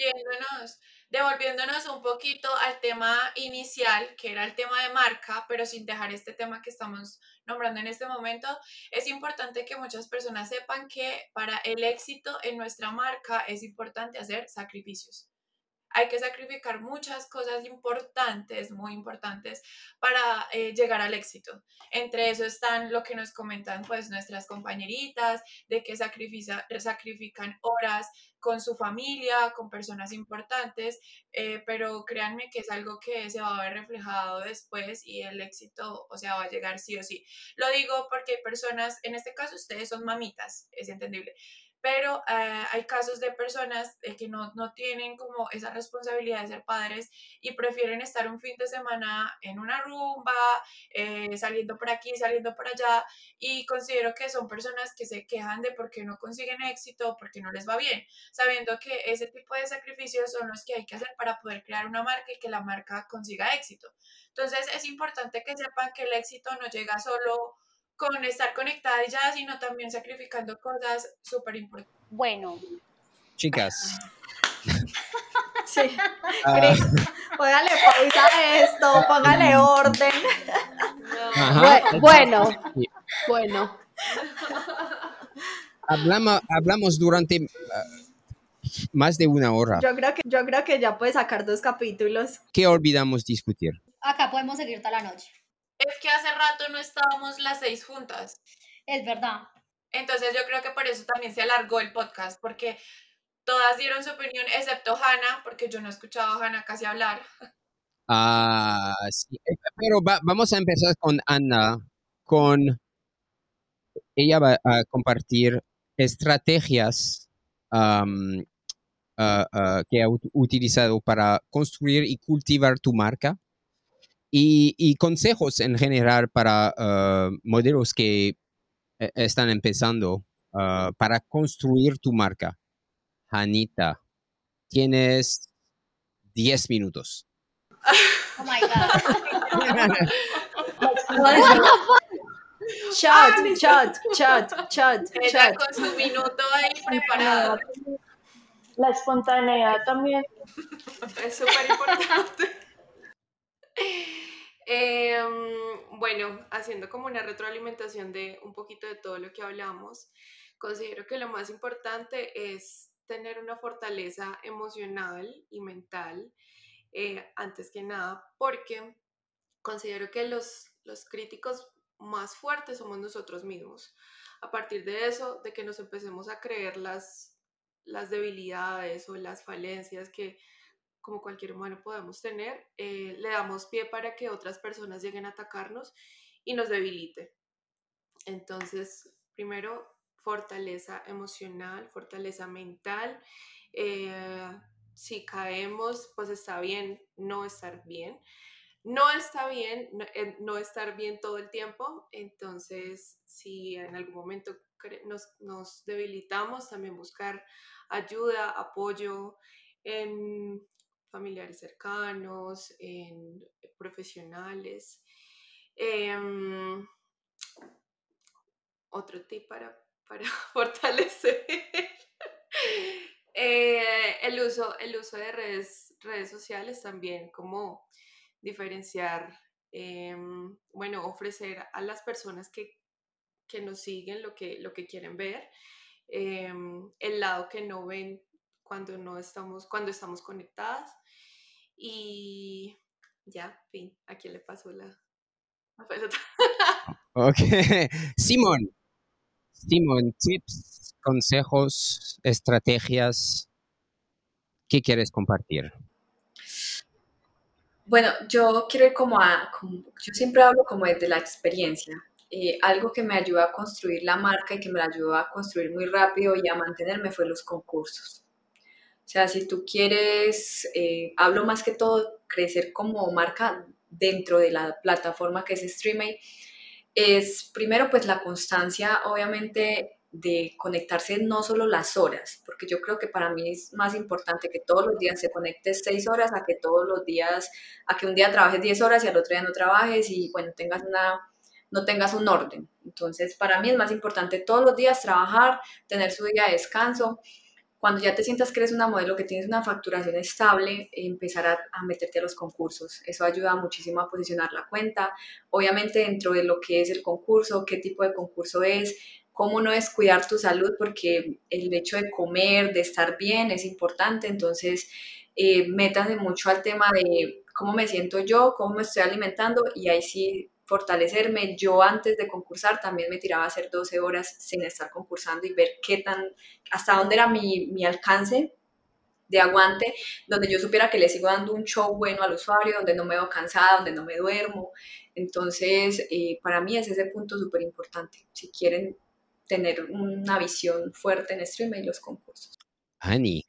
devolviéndonos un poquito al tema inicial, que era el tema de marca, pero sin dejar este tema que estamos nombrando en este momento, es importante que muchas personas sepan que para el éxito en nuestra marca es importante hacer sacrificios. Hay que sacrificar muchas cosas importantes, muy importantes, para llegar al éxito. Entre eso están lo que nos comentan pues nuestras compañeritas, de que sacrifican horas con su familia, con personas importantes, pero créanme que es algo que se va a ver reflejado después y el éxito, o sea, va a llegar sí o sí. Lo digo porque hay personas, en este caso ustedes son mamitas, es entendible, pero hay casos de personas que no tienen como esa responsabilidad de ser padres y prefieren estar un fin de semana en una rumba, saliendo por aquí, saliendo por allá, y considero que son personas que se quejan de por qué no consiguen éxito, por qué no les va bien, sabiendo que ese tipo de sacrificios son los que hay que hacer para poder crear una marca y que la marca consiga éxito. Entonces es importante que sepan que el éxito no llega solo con estar conectada y ya, sino también sacrificando cosas súper importantes.
Bueno,
Chicas,
Sí.
ah,
Cris, póngale pausa a esto, póngale orden.
ajá,
Bueno,
sí.
bueno.
Hablamos durante más de una hora.
Yo creo que ya puede sacar 2 capítulos.
¿Qué olvidamos discutir?
acá podemos seguir toda la noche.
Es que hace rato no estábamos las 6 juntas.
Es verdad.
Entonces yo creo que por eso también se alargó el podcast, porque todas dieron su opinión, excepto Hannah, porque yo no he escuchado a Hannah casi hablar.
Sí. Pero vamos a empezar con Ana. Ella va a compartir estrategias que ha utilizado para construir y cultivar tu marca y consejos en general para modelos que están empezando para construir tu marca. Anita, tienes 10 minutos.
Oh my God.
Chat.
Ella con su minuto ahí preparado.
La espontaneidad también.
Es súper importante. Bueno, haciendo como una retroalimentación de un poquito de todo lo que hablamos, considero que lo más importante es tener una fortaleza emocional y mental, antes que nada, porque considero que los críticos más fuertes somos nosotros mismos. A partir de eso, de que nos empecemos a creer las debilidades o las falencias que como cualquier humano podemos tener, le damos pie para que otras personas lleguen a atacarnos y nos debilite. Entonces, primero, fortaleza emocional, fortaleza mental. Si caemos, pues está bien no estar bien. No está bien no estar bien todo el tiempo, entonces si en algún momento nos debilitamos, también buscar ayuda, apoyo en familiares cercanos, en profesionales. Otro tip para fortalecer el uso de redes sociales también, como diferenciar, bueno, ofrecer a las personas que nos siguen lo que quieren ver, el lado que no ven cuando estamos conectadas, y ya, fin, ¿a quién le pasó la pelota?
Ok. Simón, tips, consejos, estrategias, ¿qué quieres compartir?
Bueno, yo quiero ir yo siempre hablo como desde la experiencia. Algo que me ayuda a construir la marca y que me la ayudó a construir muy rápido y a mantenerme fue los concursos. O sea, si tú quieres, hablo más que todo, crecer como marca dentro de la plataforma que es Streamay, es primero pues la constancia, obviamente, de conectarse no solo las horas, porque yo creo que para mí es más importante que todos los días se conectes 6 horas a que todos los días, a que un día trabajes 10 horas y al otro día no trabajes y bueno, no tengas un orden. Entonces, para mí es más importante todos los días trabajar, tener su día de descanso. Cuando ya te sientas que eres una modelo, que tienes una facturación estable, empezar a meterte a los concursos. Eso ayuda muchísimo a posicionar la cuenta. Obviamente dentro de lo que es el concurso, qué tipo de concurso es, cómo no descuidar tu salud, porque el hecho de comer, de estar bien es importante. Entonces, métanse mucho al tema de cómo me siento yo, cómo me estoy alimentando y ahí sí fortalecerme. Yo antes de concursar también me tiraba a hacer 12 horas sin estar concursando y ver hasta dónde era mi alcance de aguante, donde yo supiera que le sigo dando un show bueno al usuario, donde no me veo cansada, donde no me duermo. Entonces, para mí es ese punto súper importante. Si quieren tener una visión fuerte en streamer y los concursos.
Ani,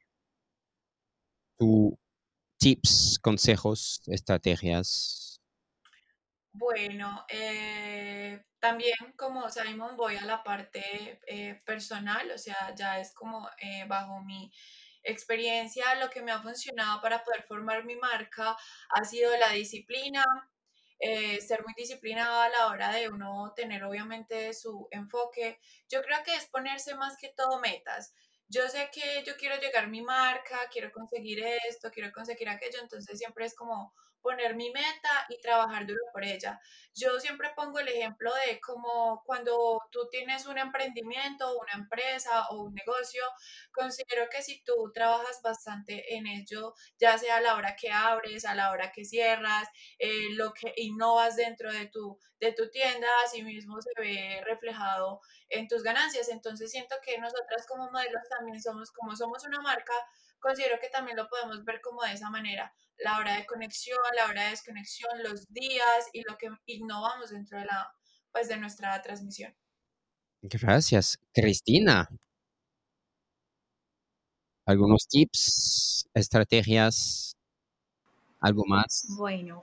tu tips, consejos, estrategias.
Bueno, también como Simon voy a la parte personal, o sea, ya es como bajo mi experiencia, lo que me ha funcionado para poder formar mi marca ha sido la disciplina, ser muy disciplinado a la hora de uno tener obviamente su enfoque. Yo creo que es ponerse más que todo metas. Yo sé que yo quiero llegar a mi marca, quiero conseguir esto, quiero conseguir aquello, entonces siempre es como poner mi meta y trabajar duro por ella. Yo siempre pongo el ejemplo de como cuando tú tienes un emprendimiento, una empresa o un negocio, considero que si tú trabajas bastante en ello, ya sea a la hora que abres, a la hora que cierras, lo que innovas dentro de tu tienda, así mismo se ve reflejado en tus ganancias. Entonces siento que nosotras como modelos también somos, como somos una marca, considero que también lo podemos ver como de esa manera. La hora de conexión, la hora de desconexión, los días y lo que innovamos dentro de la, pues de nuestra transmisión.
Gracias. Cristina, algunos tips, estrategias, algo más.
Bueno,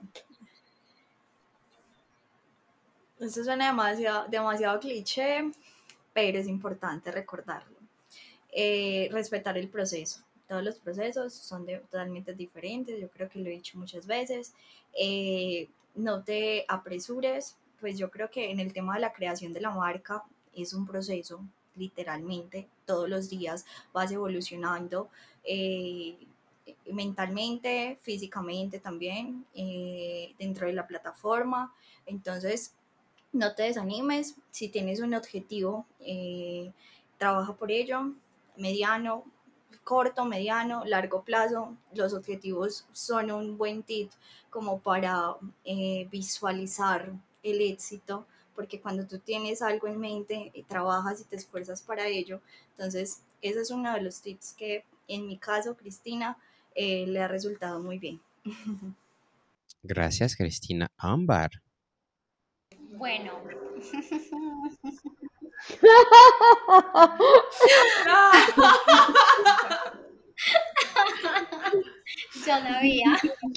esto suena demasiado cliché, pero es importante recordarlo. Respetar el proceso. Todos los procesos son totalmente diferentes, yo creo que lo he dicho muchas veces. No te apresures, pues yo creo que en el tema de la creación de la marca es un proceso, literalmente, todos los días vas evolucionando mentalmente, físicamente también, dentro de la plataforma. Entonces, no te desanimes, si tienes un objetivo, trabaja por ello, mediano, corto, mediano, largo plazo. Los objetivos son un buen tip como para visualizar el éxito, porque cuando tú tienes algo en mente, trabajas y te esfuerzas para ello. Entonces, ese es uno de los tips que en mi caso, Cristina, le ha resultado muy bien.
Gracias, Cristina. Ámbar.
Bueno, yo sabía.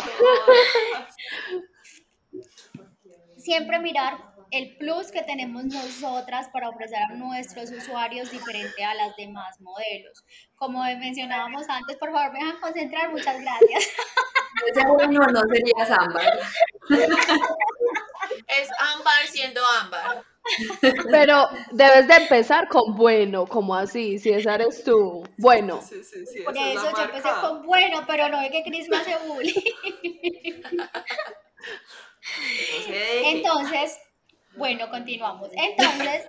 Siempre mirar el plus que tenemos nosotras para ofrecer a nuestros usuarios diferente a las demás modelos. Como mencionábamos antes, por favor, me dejan concentrar, muchas gracias.
Ese bueno no sería Ámbar.
Es ámbar siendo ámbar.
Pero debes de empezar con bueno, como así, si esa eres tú. Bueno,
Sí,
Por
esa es
eso
la
yo empecé
marca.
con bueno, pero no es que Chris me hace bullying.
No se deje.
Entonces, bueno, continuamos. Entonces,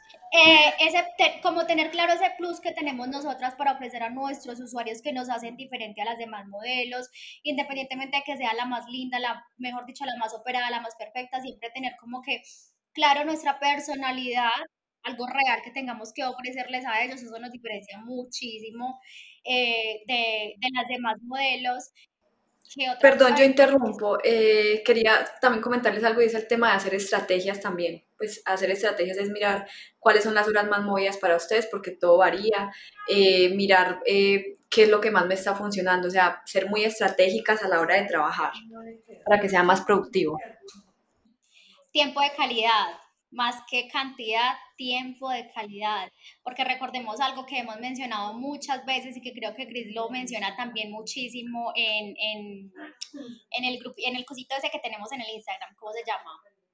como tener claro ese plus que tenemos nosotras para ofrecer a nuestros usuarios que nos hacen diferente a las demás modelos, independientemente de que sea la más linda, mejor dicho, la más operada, la más perfecta, siempre tener como que claro nuestra personalidad, algo real que tengamos que ofrecerles a ellos, eso nos diferencia muchísimo de las demás modelos. ¿Qué otra
Perdón,
cosa?
yo interrumpo. Quería también comentarles algo y es el tema de hacer estrategias también. Pues hacer estrategias es mirar cuáles son las horas más movidas para ustedes, porque todo varía. Mirar qué es lo que más me está funcionando. O sea, ser muy estratégicas a la hora de trabajar para que sea más productivo.
Tiempo de calidad, más que cantidad, tiempo de calidad, porque recordemos algo que hemos mencionado muchas veces y que creo que Chris lo menciona también muchísimo en el grupo, en el cosito ese que tenemos en el Instagram, ¿cómo se llama?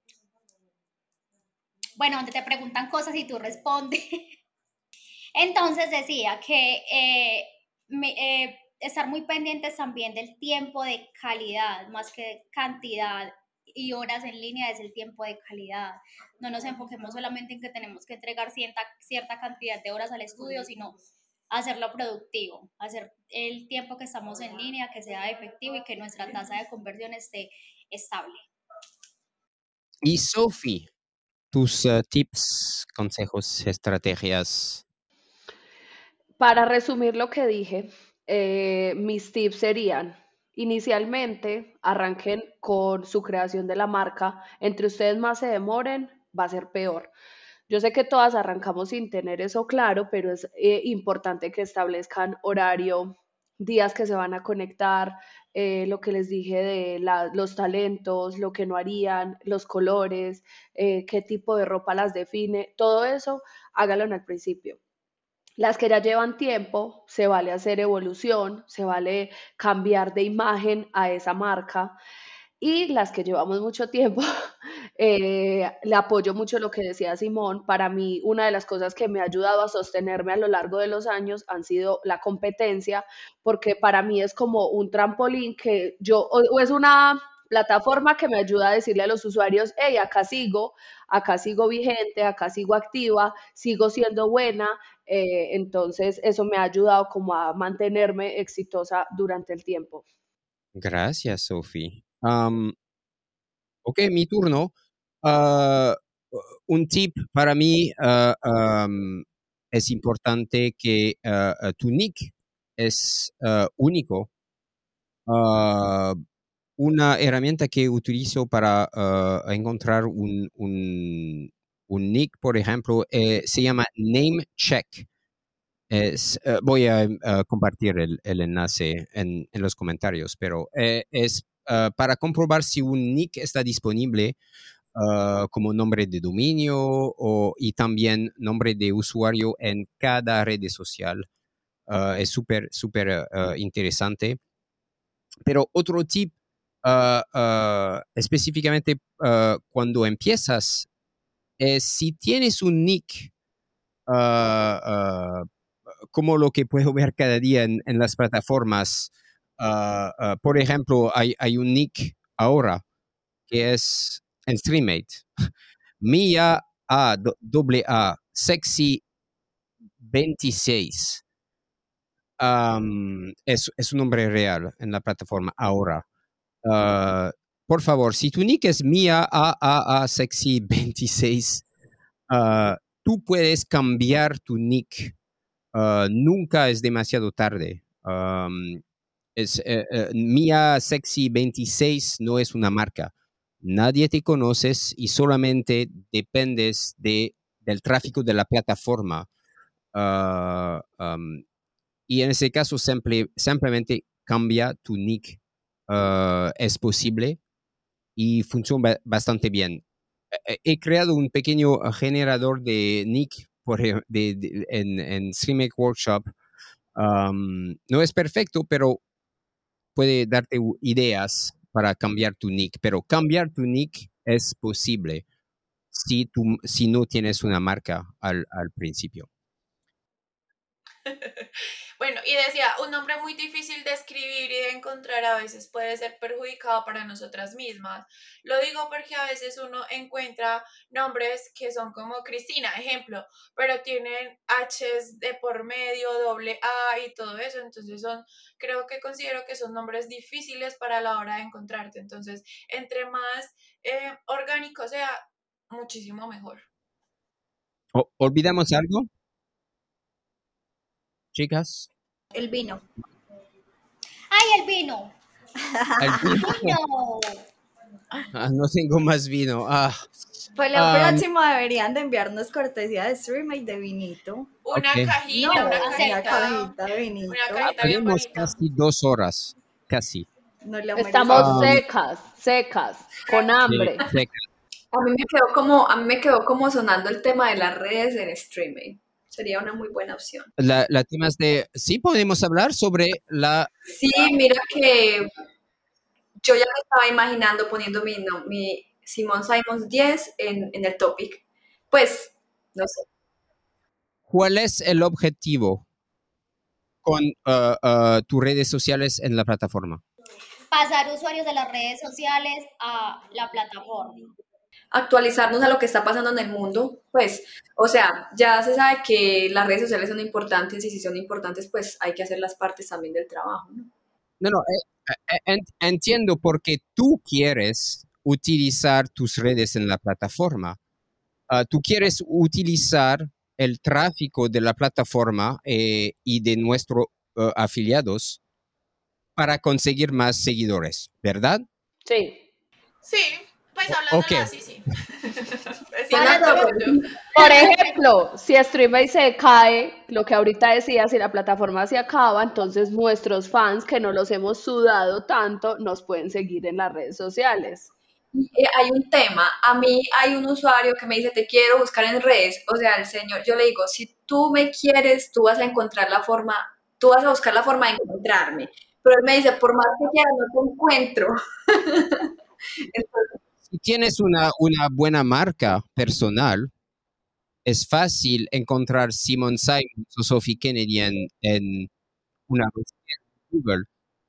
Bueno, donde te preguntan cosas y tú respondes. Entonces decía que estar muy pendientes también del tiempo de calidad, más que cantidad y horas en línea, es el tiempo de calidad. No nos enfoquemos solamente en que tenemos que entregar cierta cantidad de horas al estudio, sino hacerlo productivo, hacer el tiempo que estamos en línea, que sea efectivo y que nuestra tasa de conversión esté estable.
Y Sophie, tus tips, consejos, estrategias.
para resumir lo que dije, mis tips serían, inicialmente, arranquen con su creación de la marca. Entre ustedes más se demoren, va a ser peor. Yo sé que todas arrancamos sin tener eso claro, pero es importante que establezcan horario, días que se van a conectar, lo que les dije de los talentos, lo que no harían, los colores, qué tipo de ropa las define, todo eso hágalo en el principio. Las que ya llevan tiempo, se vale hacer evolución, se vale cambiar de imagen a esa marca. Y las que llevamos mucho tiempo, le apoyo mucho lo que decía Simón. Para mí, una de las cosas que me ha ayudado a sostenerme a lo largo de los años han sido la competencia, porque para mí es como un trampolín que o es una plataforma que me ayuda a decirle a los usuarios, hey, acá sigo vigente, acá sigo activa, sigo siendo buena. Entonces, eso me ha ayudado como a mantenerme exitosa durante el tiempo.
Gracias, Sophie. Ok, mi turno. Ah, un tip para mí, es importante que tu nick es único. Una herramienta que utilizo para encontrar un nick, por ejemplo, se llama NameCheck. Voy a compartir el enlace en los comentarios, pero es para comprobar si un nick está disponible como nombre de dominio y también nombre de usuario en cada red social. Es súper, súper interesante. Pero otro tip, específicamente cuando empiezas, es si tienes un nick como lo que puedo ver cada día en las plataformas. Por ejemplo, hay un nick ahora que es en StreamMate. Mia A, Sexy 26. Es un nombre real en la plataforma ahora. Por favor, si tu nick es Mia A, Sexy 26, tú puedes cambiar tu nick. Nunca es demasiado tarde. Mia Sexy 26 no es una marca. Nadie te conoces y solamente dependes del tráfico de la plataforma. Y en ese caso simplemente cambia tu nick. Es posible y funciona bastante bien. He creado un pequeño generador de nick en StreamMate Workshop. No es perfecto, pero puede darte ideas para cambiar tu nick. Pero cambiar tu nick es posible si no tienes una marca al principio.
Bueno, y decía, un nombre muy difícil de escribir y de encontrar a veces puede ser perjudicado para nosotras mismas. Lo digo porque a veces uno encuentra nombres que son como Cristina, ejemplo, pero tienen H's de por medio, doble A y todo eso. Entonces considero que son nombres difíciles para la hora de encontrarte. Entonces, entre más orgánico sea, muchísimo mejor.
¿Olvidamos algo, chicas?
El vino.
¡Ay, el vino!
El vino.
¡Vino!
No tengo más vino.
Pues la próxima deberían de enviarnos cortesía de StreamMate de vinito.
Una cajita,
No,
Una cajita de vinito.
Una cajita bien
Haremos
bonita.
casi 2 horas, casi.
Nos lo
Estamos
merecemos.
secas, con hambre.
Sí.
A mí me quedó como sonando el tema de las redes en streaming. Sería una muy buena opción.
La tema es sí podemos hablar sobre la...
Sí, mira que yo ya me estaba imaginando poniendo mi Simón Simons 10 en el topic. Pues, no sé.
¿Cuál es el objetivo con tus redes sociales en la plataforma?
Pasar usuarios de las redes sociales a la plataforma.
Actualizarnos a lo que está pasando en el mundo, pues, o sea, ya se sabe que las redes sociales son importantes y si son importantes, pues hay que hacer las partes también del trabajo, ¿no?
No, entiendo porque tú quieres utilizar tus redes en la plataforma. Tú quieres utilizar el tráfico de la plataforma y de nuestros afiliados para conseguir más seguidores, ¿verdad?
Sí.
Sí, Pues
Ok.
hablándolo así, sí. Es
Suena
cierto.
súper.
Por ejemplo, si Streamay se cae, lo que ahorita decía, si la plataforma se acaba, entonces nuestros fans que no los hemos sudado tanto nos pueden seguir en las redes sociales.
Hay un tema, a mí hay un usuario que me dice, te quiero buscar en redes, o sea, el señor, yo le digo, si tú me quieres, tú vas a encontrar la forma, tú vas a buscar la forma de encontrarme, pero él me dice, por más que quiera, no te encuentro. Entonces,
Si tienes una buena marca personal, es fácil encontrar Simon Simons o Sophie Kennedy en una búsqueda en Google.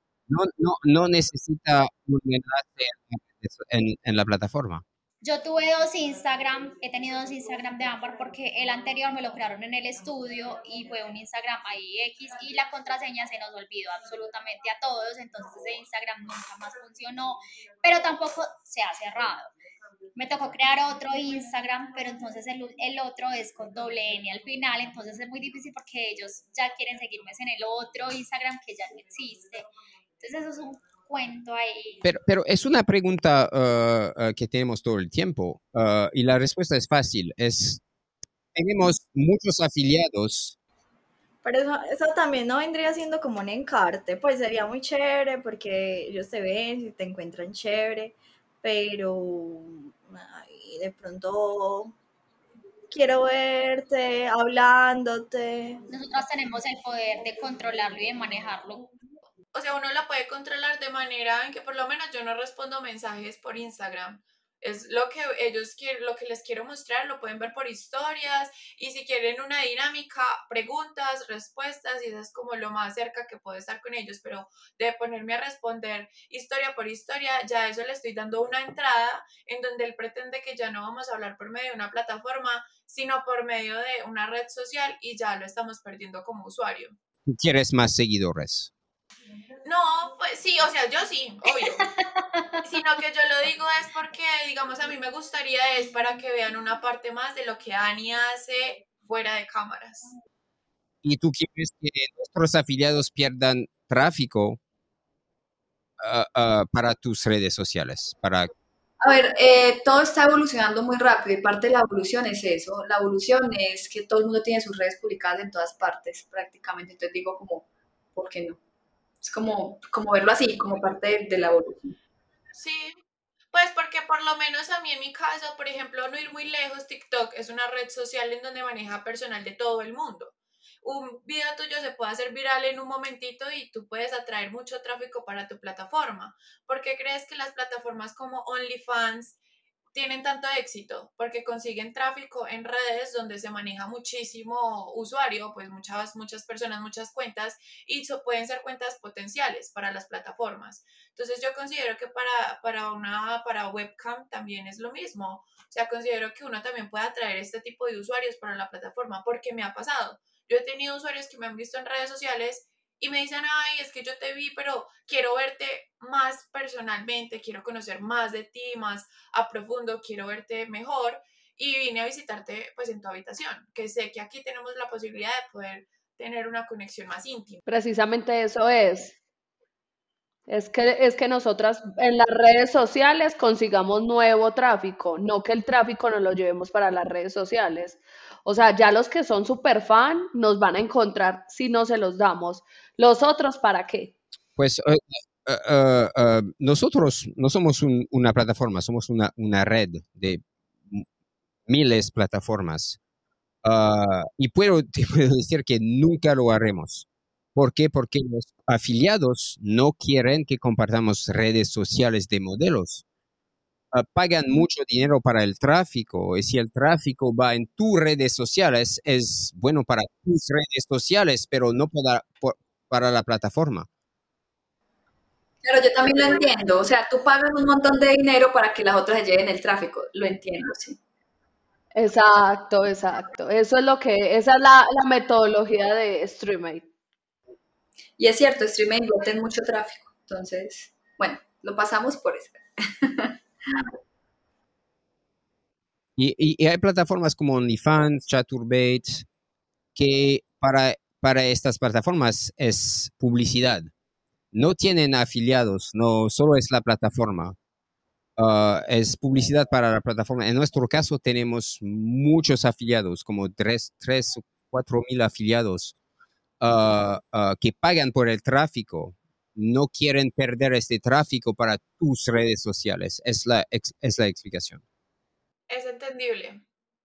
No necesita un enlace en la plataforma.
Yo tuve dos Instagram, he tenido dos Instagram de Ámbar porque el anterior me lo crearon en el estudio y fue un Instagram ahí X y la contraseña se nos olvidó absolutamente a todos, entonces ese Instagram nunca más funcionó, pero tampoco se ha cerrado. Me tocó crear otro Instagram, pero entonces el otro es con doble N al final, entonces es muy difícil porque ellos ya quieren seguirme en el otro Instagram que ya no existe. Entonces eso es un cuento ahí.
Pero es una pregunta que tenemos todo el tiempo y la respuesta es fácil. Tenemos muchos afiliados.
Pero eso también no vendría siendo como un encarte, pues sería muy chévere porque ellos te ven, si te encuentran chévere, pero ay, de pronto quiero verte, hablándote.
Nosotras tenemos el poder de controlarlo y de manejarlo.
O sea, uno la puede controlar de manera en que por lo menos yo no respondo mensajes por Instagram. Es lo que ellos quieren, lo que les quiero mostrar, lo pueden ver por historias y si quieren una dinámica, preguntas, respuestas y eso es como lo más cerca que puedo estar con ellos, pero de ponerme a responder historia por historia, ya eso le estoy dando una entrada en donde él pretende que ya no vamos a hablar por medio de una plataforma, sino por medio de una red social y ya lo estamos perdiendo como usuario.
¿Tú quieres más seguidores?
No, pues sí, o sea, yo sí, obvio. Sino que yo lo digo es porque, digamos, a mí me gustaría es para que vean una parte más de lo que Ani hace fuera de cámaras.
¿Y tú quieres que nuestros afiliados pierdan tráfico para tus redes sociales?
a ver, todo está evolucionando muy rápido y parte de la evolución es eso. La evolución es que todo el mundo tiene sus redes publicadas en todas partes prácticamente. Entonces digo como, ¿por qué no? Es como verlo así, como parte de la evolución.
Sí, pues porque por lo menos a mí en mi caso, por ejemplo, no ir muy lejos, TikTok es una red social en donde maneja personal de todo el mundo. Un video tuyo se puede hacer viral en un momentito y tú puedes atraer mucho tráfico para tu plataforma. ¿Por qué crees que las plataformas como OnlyFans tienen tanto éxito? Porque consiguen tráfico en redes donde se maneja muchísimo usuario, pues muchas personas, muchas cuentas, y pueden ser cuentas potenciales para las plataformas. Entonces yo considero que para webcam también es lo mismo. O sea, considero que uno también puede atraer este tipo de usuarios para la plataforma, porque me ha pasado. Yo he tenido usuarios que me han visto en redes sociales y me dicen, ay, es que yo te vi, pero quiero verte más personalmente, quiero conocer más de ti, más a profundo, quiero verte mejor y vine a visitarte pues en tu habitación, que sé que aquí tenemos la posibilidad de poder tener una conexión más íntima.
Precisamente eso es. Es que nosotras en las redes sociales consigamos nuevo tráfico, no que el tráfico nos lo llevemos para las redes sociales. O sea, ya los que son super fan nos van a encontrar si no se los damos. Los otros, ¿para qué?
Pues nosotros no somos una plataforma, somos una red de miles de plataformas. Y te puedo decir que nunca lo haremos. ¿Por qué? Porque los afiliados no quieren que compartamos redes sociales de modelos. Pagan mucho dinero para el tráfico y si el tráfico va en tus redes sociales, es bueno para tus redes sociales, pero no para la plataforma.
Pero yo también lo entiendo. O sea, tú pagas un montón de dinero para que las otras se lleven el tráfico. Lo entiendo, sí.
Exacto, exacto. Eso es esa es la metodología de Streamate.
Y es cierto, streaming invierte en mucho tráfico. Entonces, bueno, lo pasamos por eso.
Y hay plataformas como OnlyFans, Chaturbate, que para estas plataformas es publicidad. No tienen afiliados, no solo es la plataforma. es publicidad para la plataforma. En nuestro caso tenemos muchos afiliados, como 3 o 4 mil afiliados que pagan por el tráfico. No quieren perder este tráfico para tus redes sociales. Es la explicación.
Es entendible.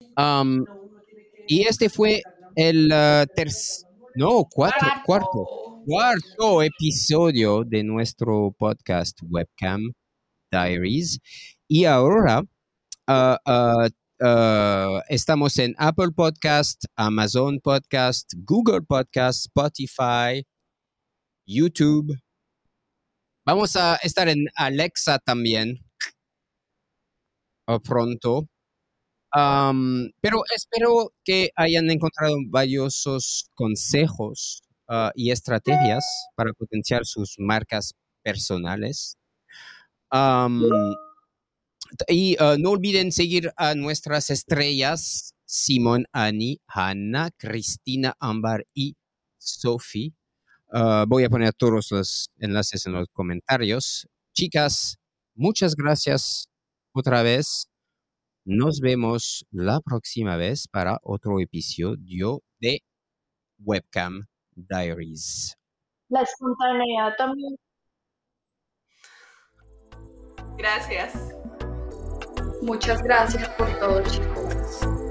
Y este fue el cuarto episodio de nuestro podcast Webcam Diaries. Y ahora estamos en Apple Podcast, Amazon Podcast, Google Podcast, Spotify, YouTube. Vamos a estar en Alexa también pronto. Pero espero que hayan encontrado valiosos consejos y estrategias para potenciar sus marcas personales. Y no olviden seguir a nuestras estrellas, Simón, Ani, Hanna, Cristina, Ámbar y Sophie. Voy a poner todos los enlaces en los comentarios. Chicas, muchas gracias otra vez. Nos vemos la próxima vez para otro episodio de Webcam Diaries.
La espontaneidad también.
Gracias.
Muchas gracias por todo, chicos.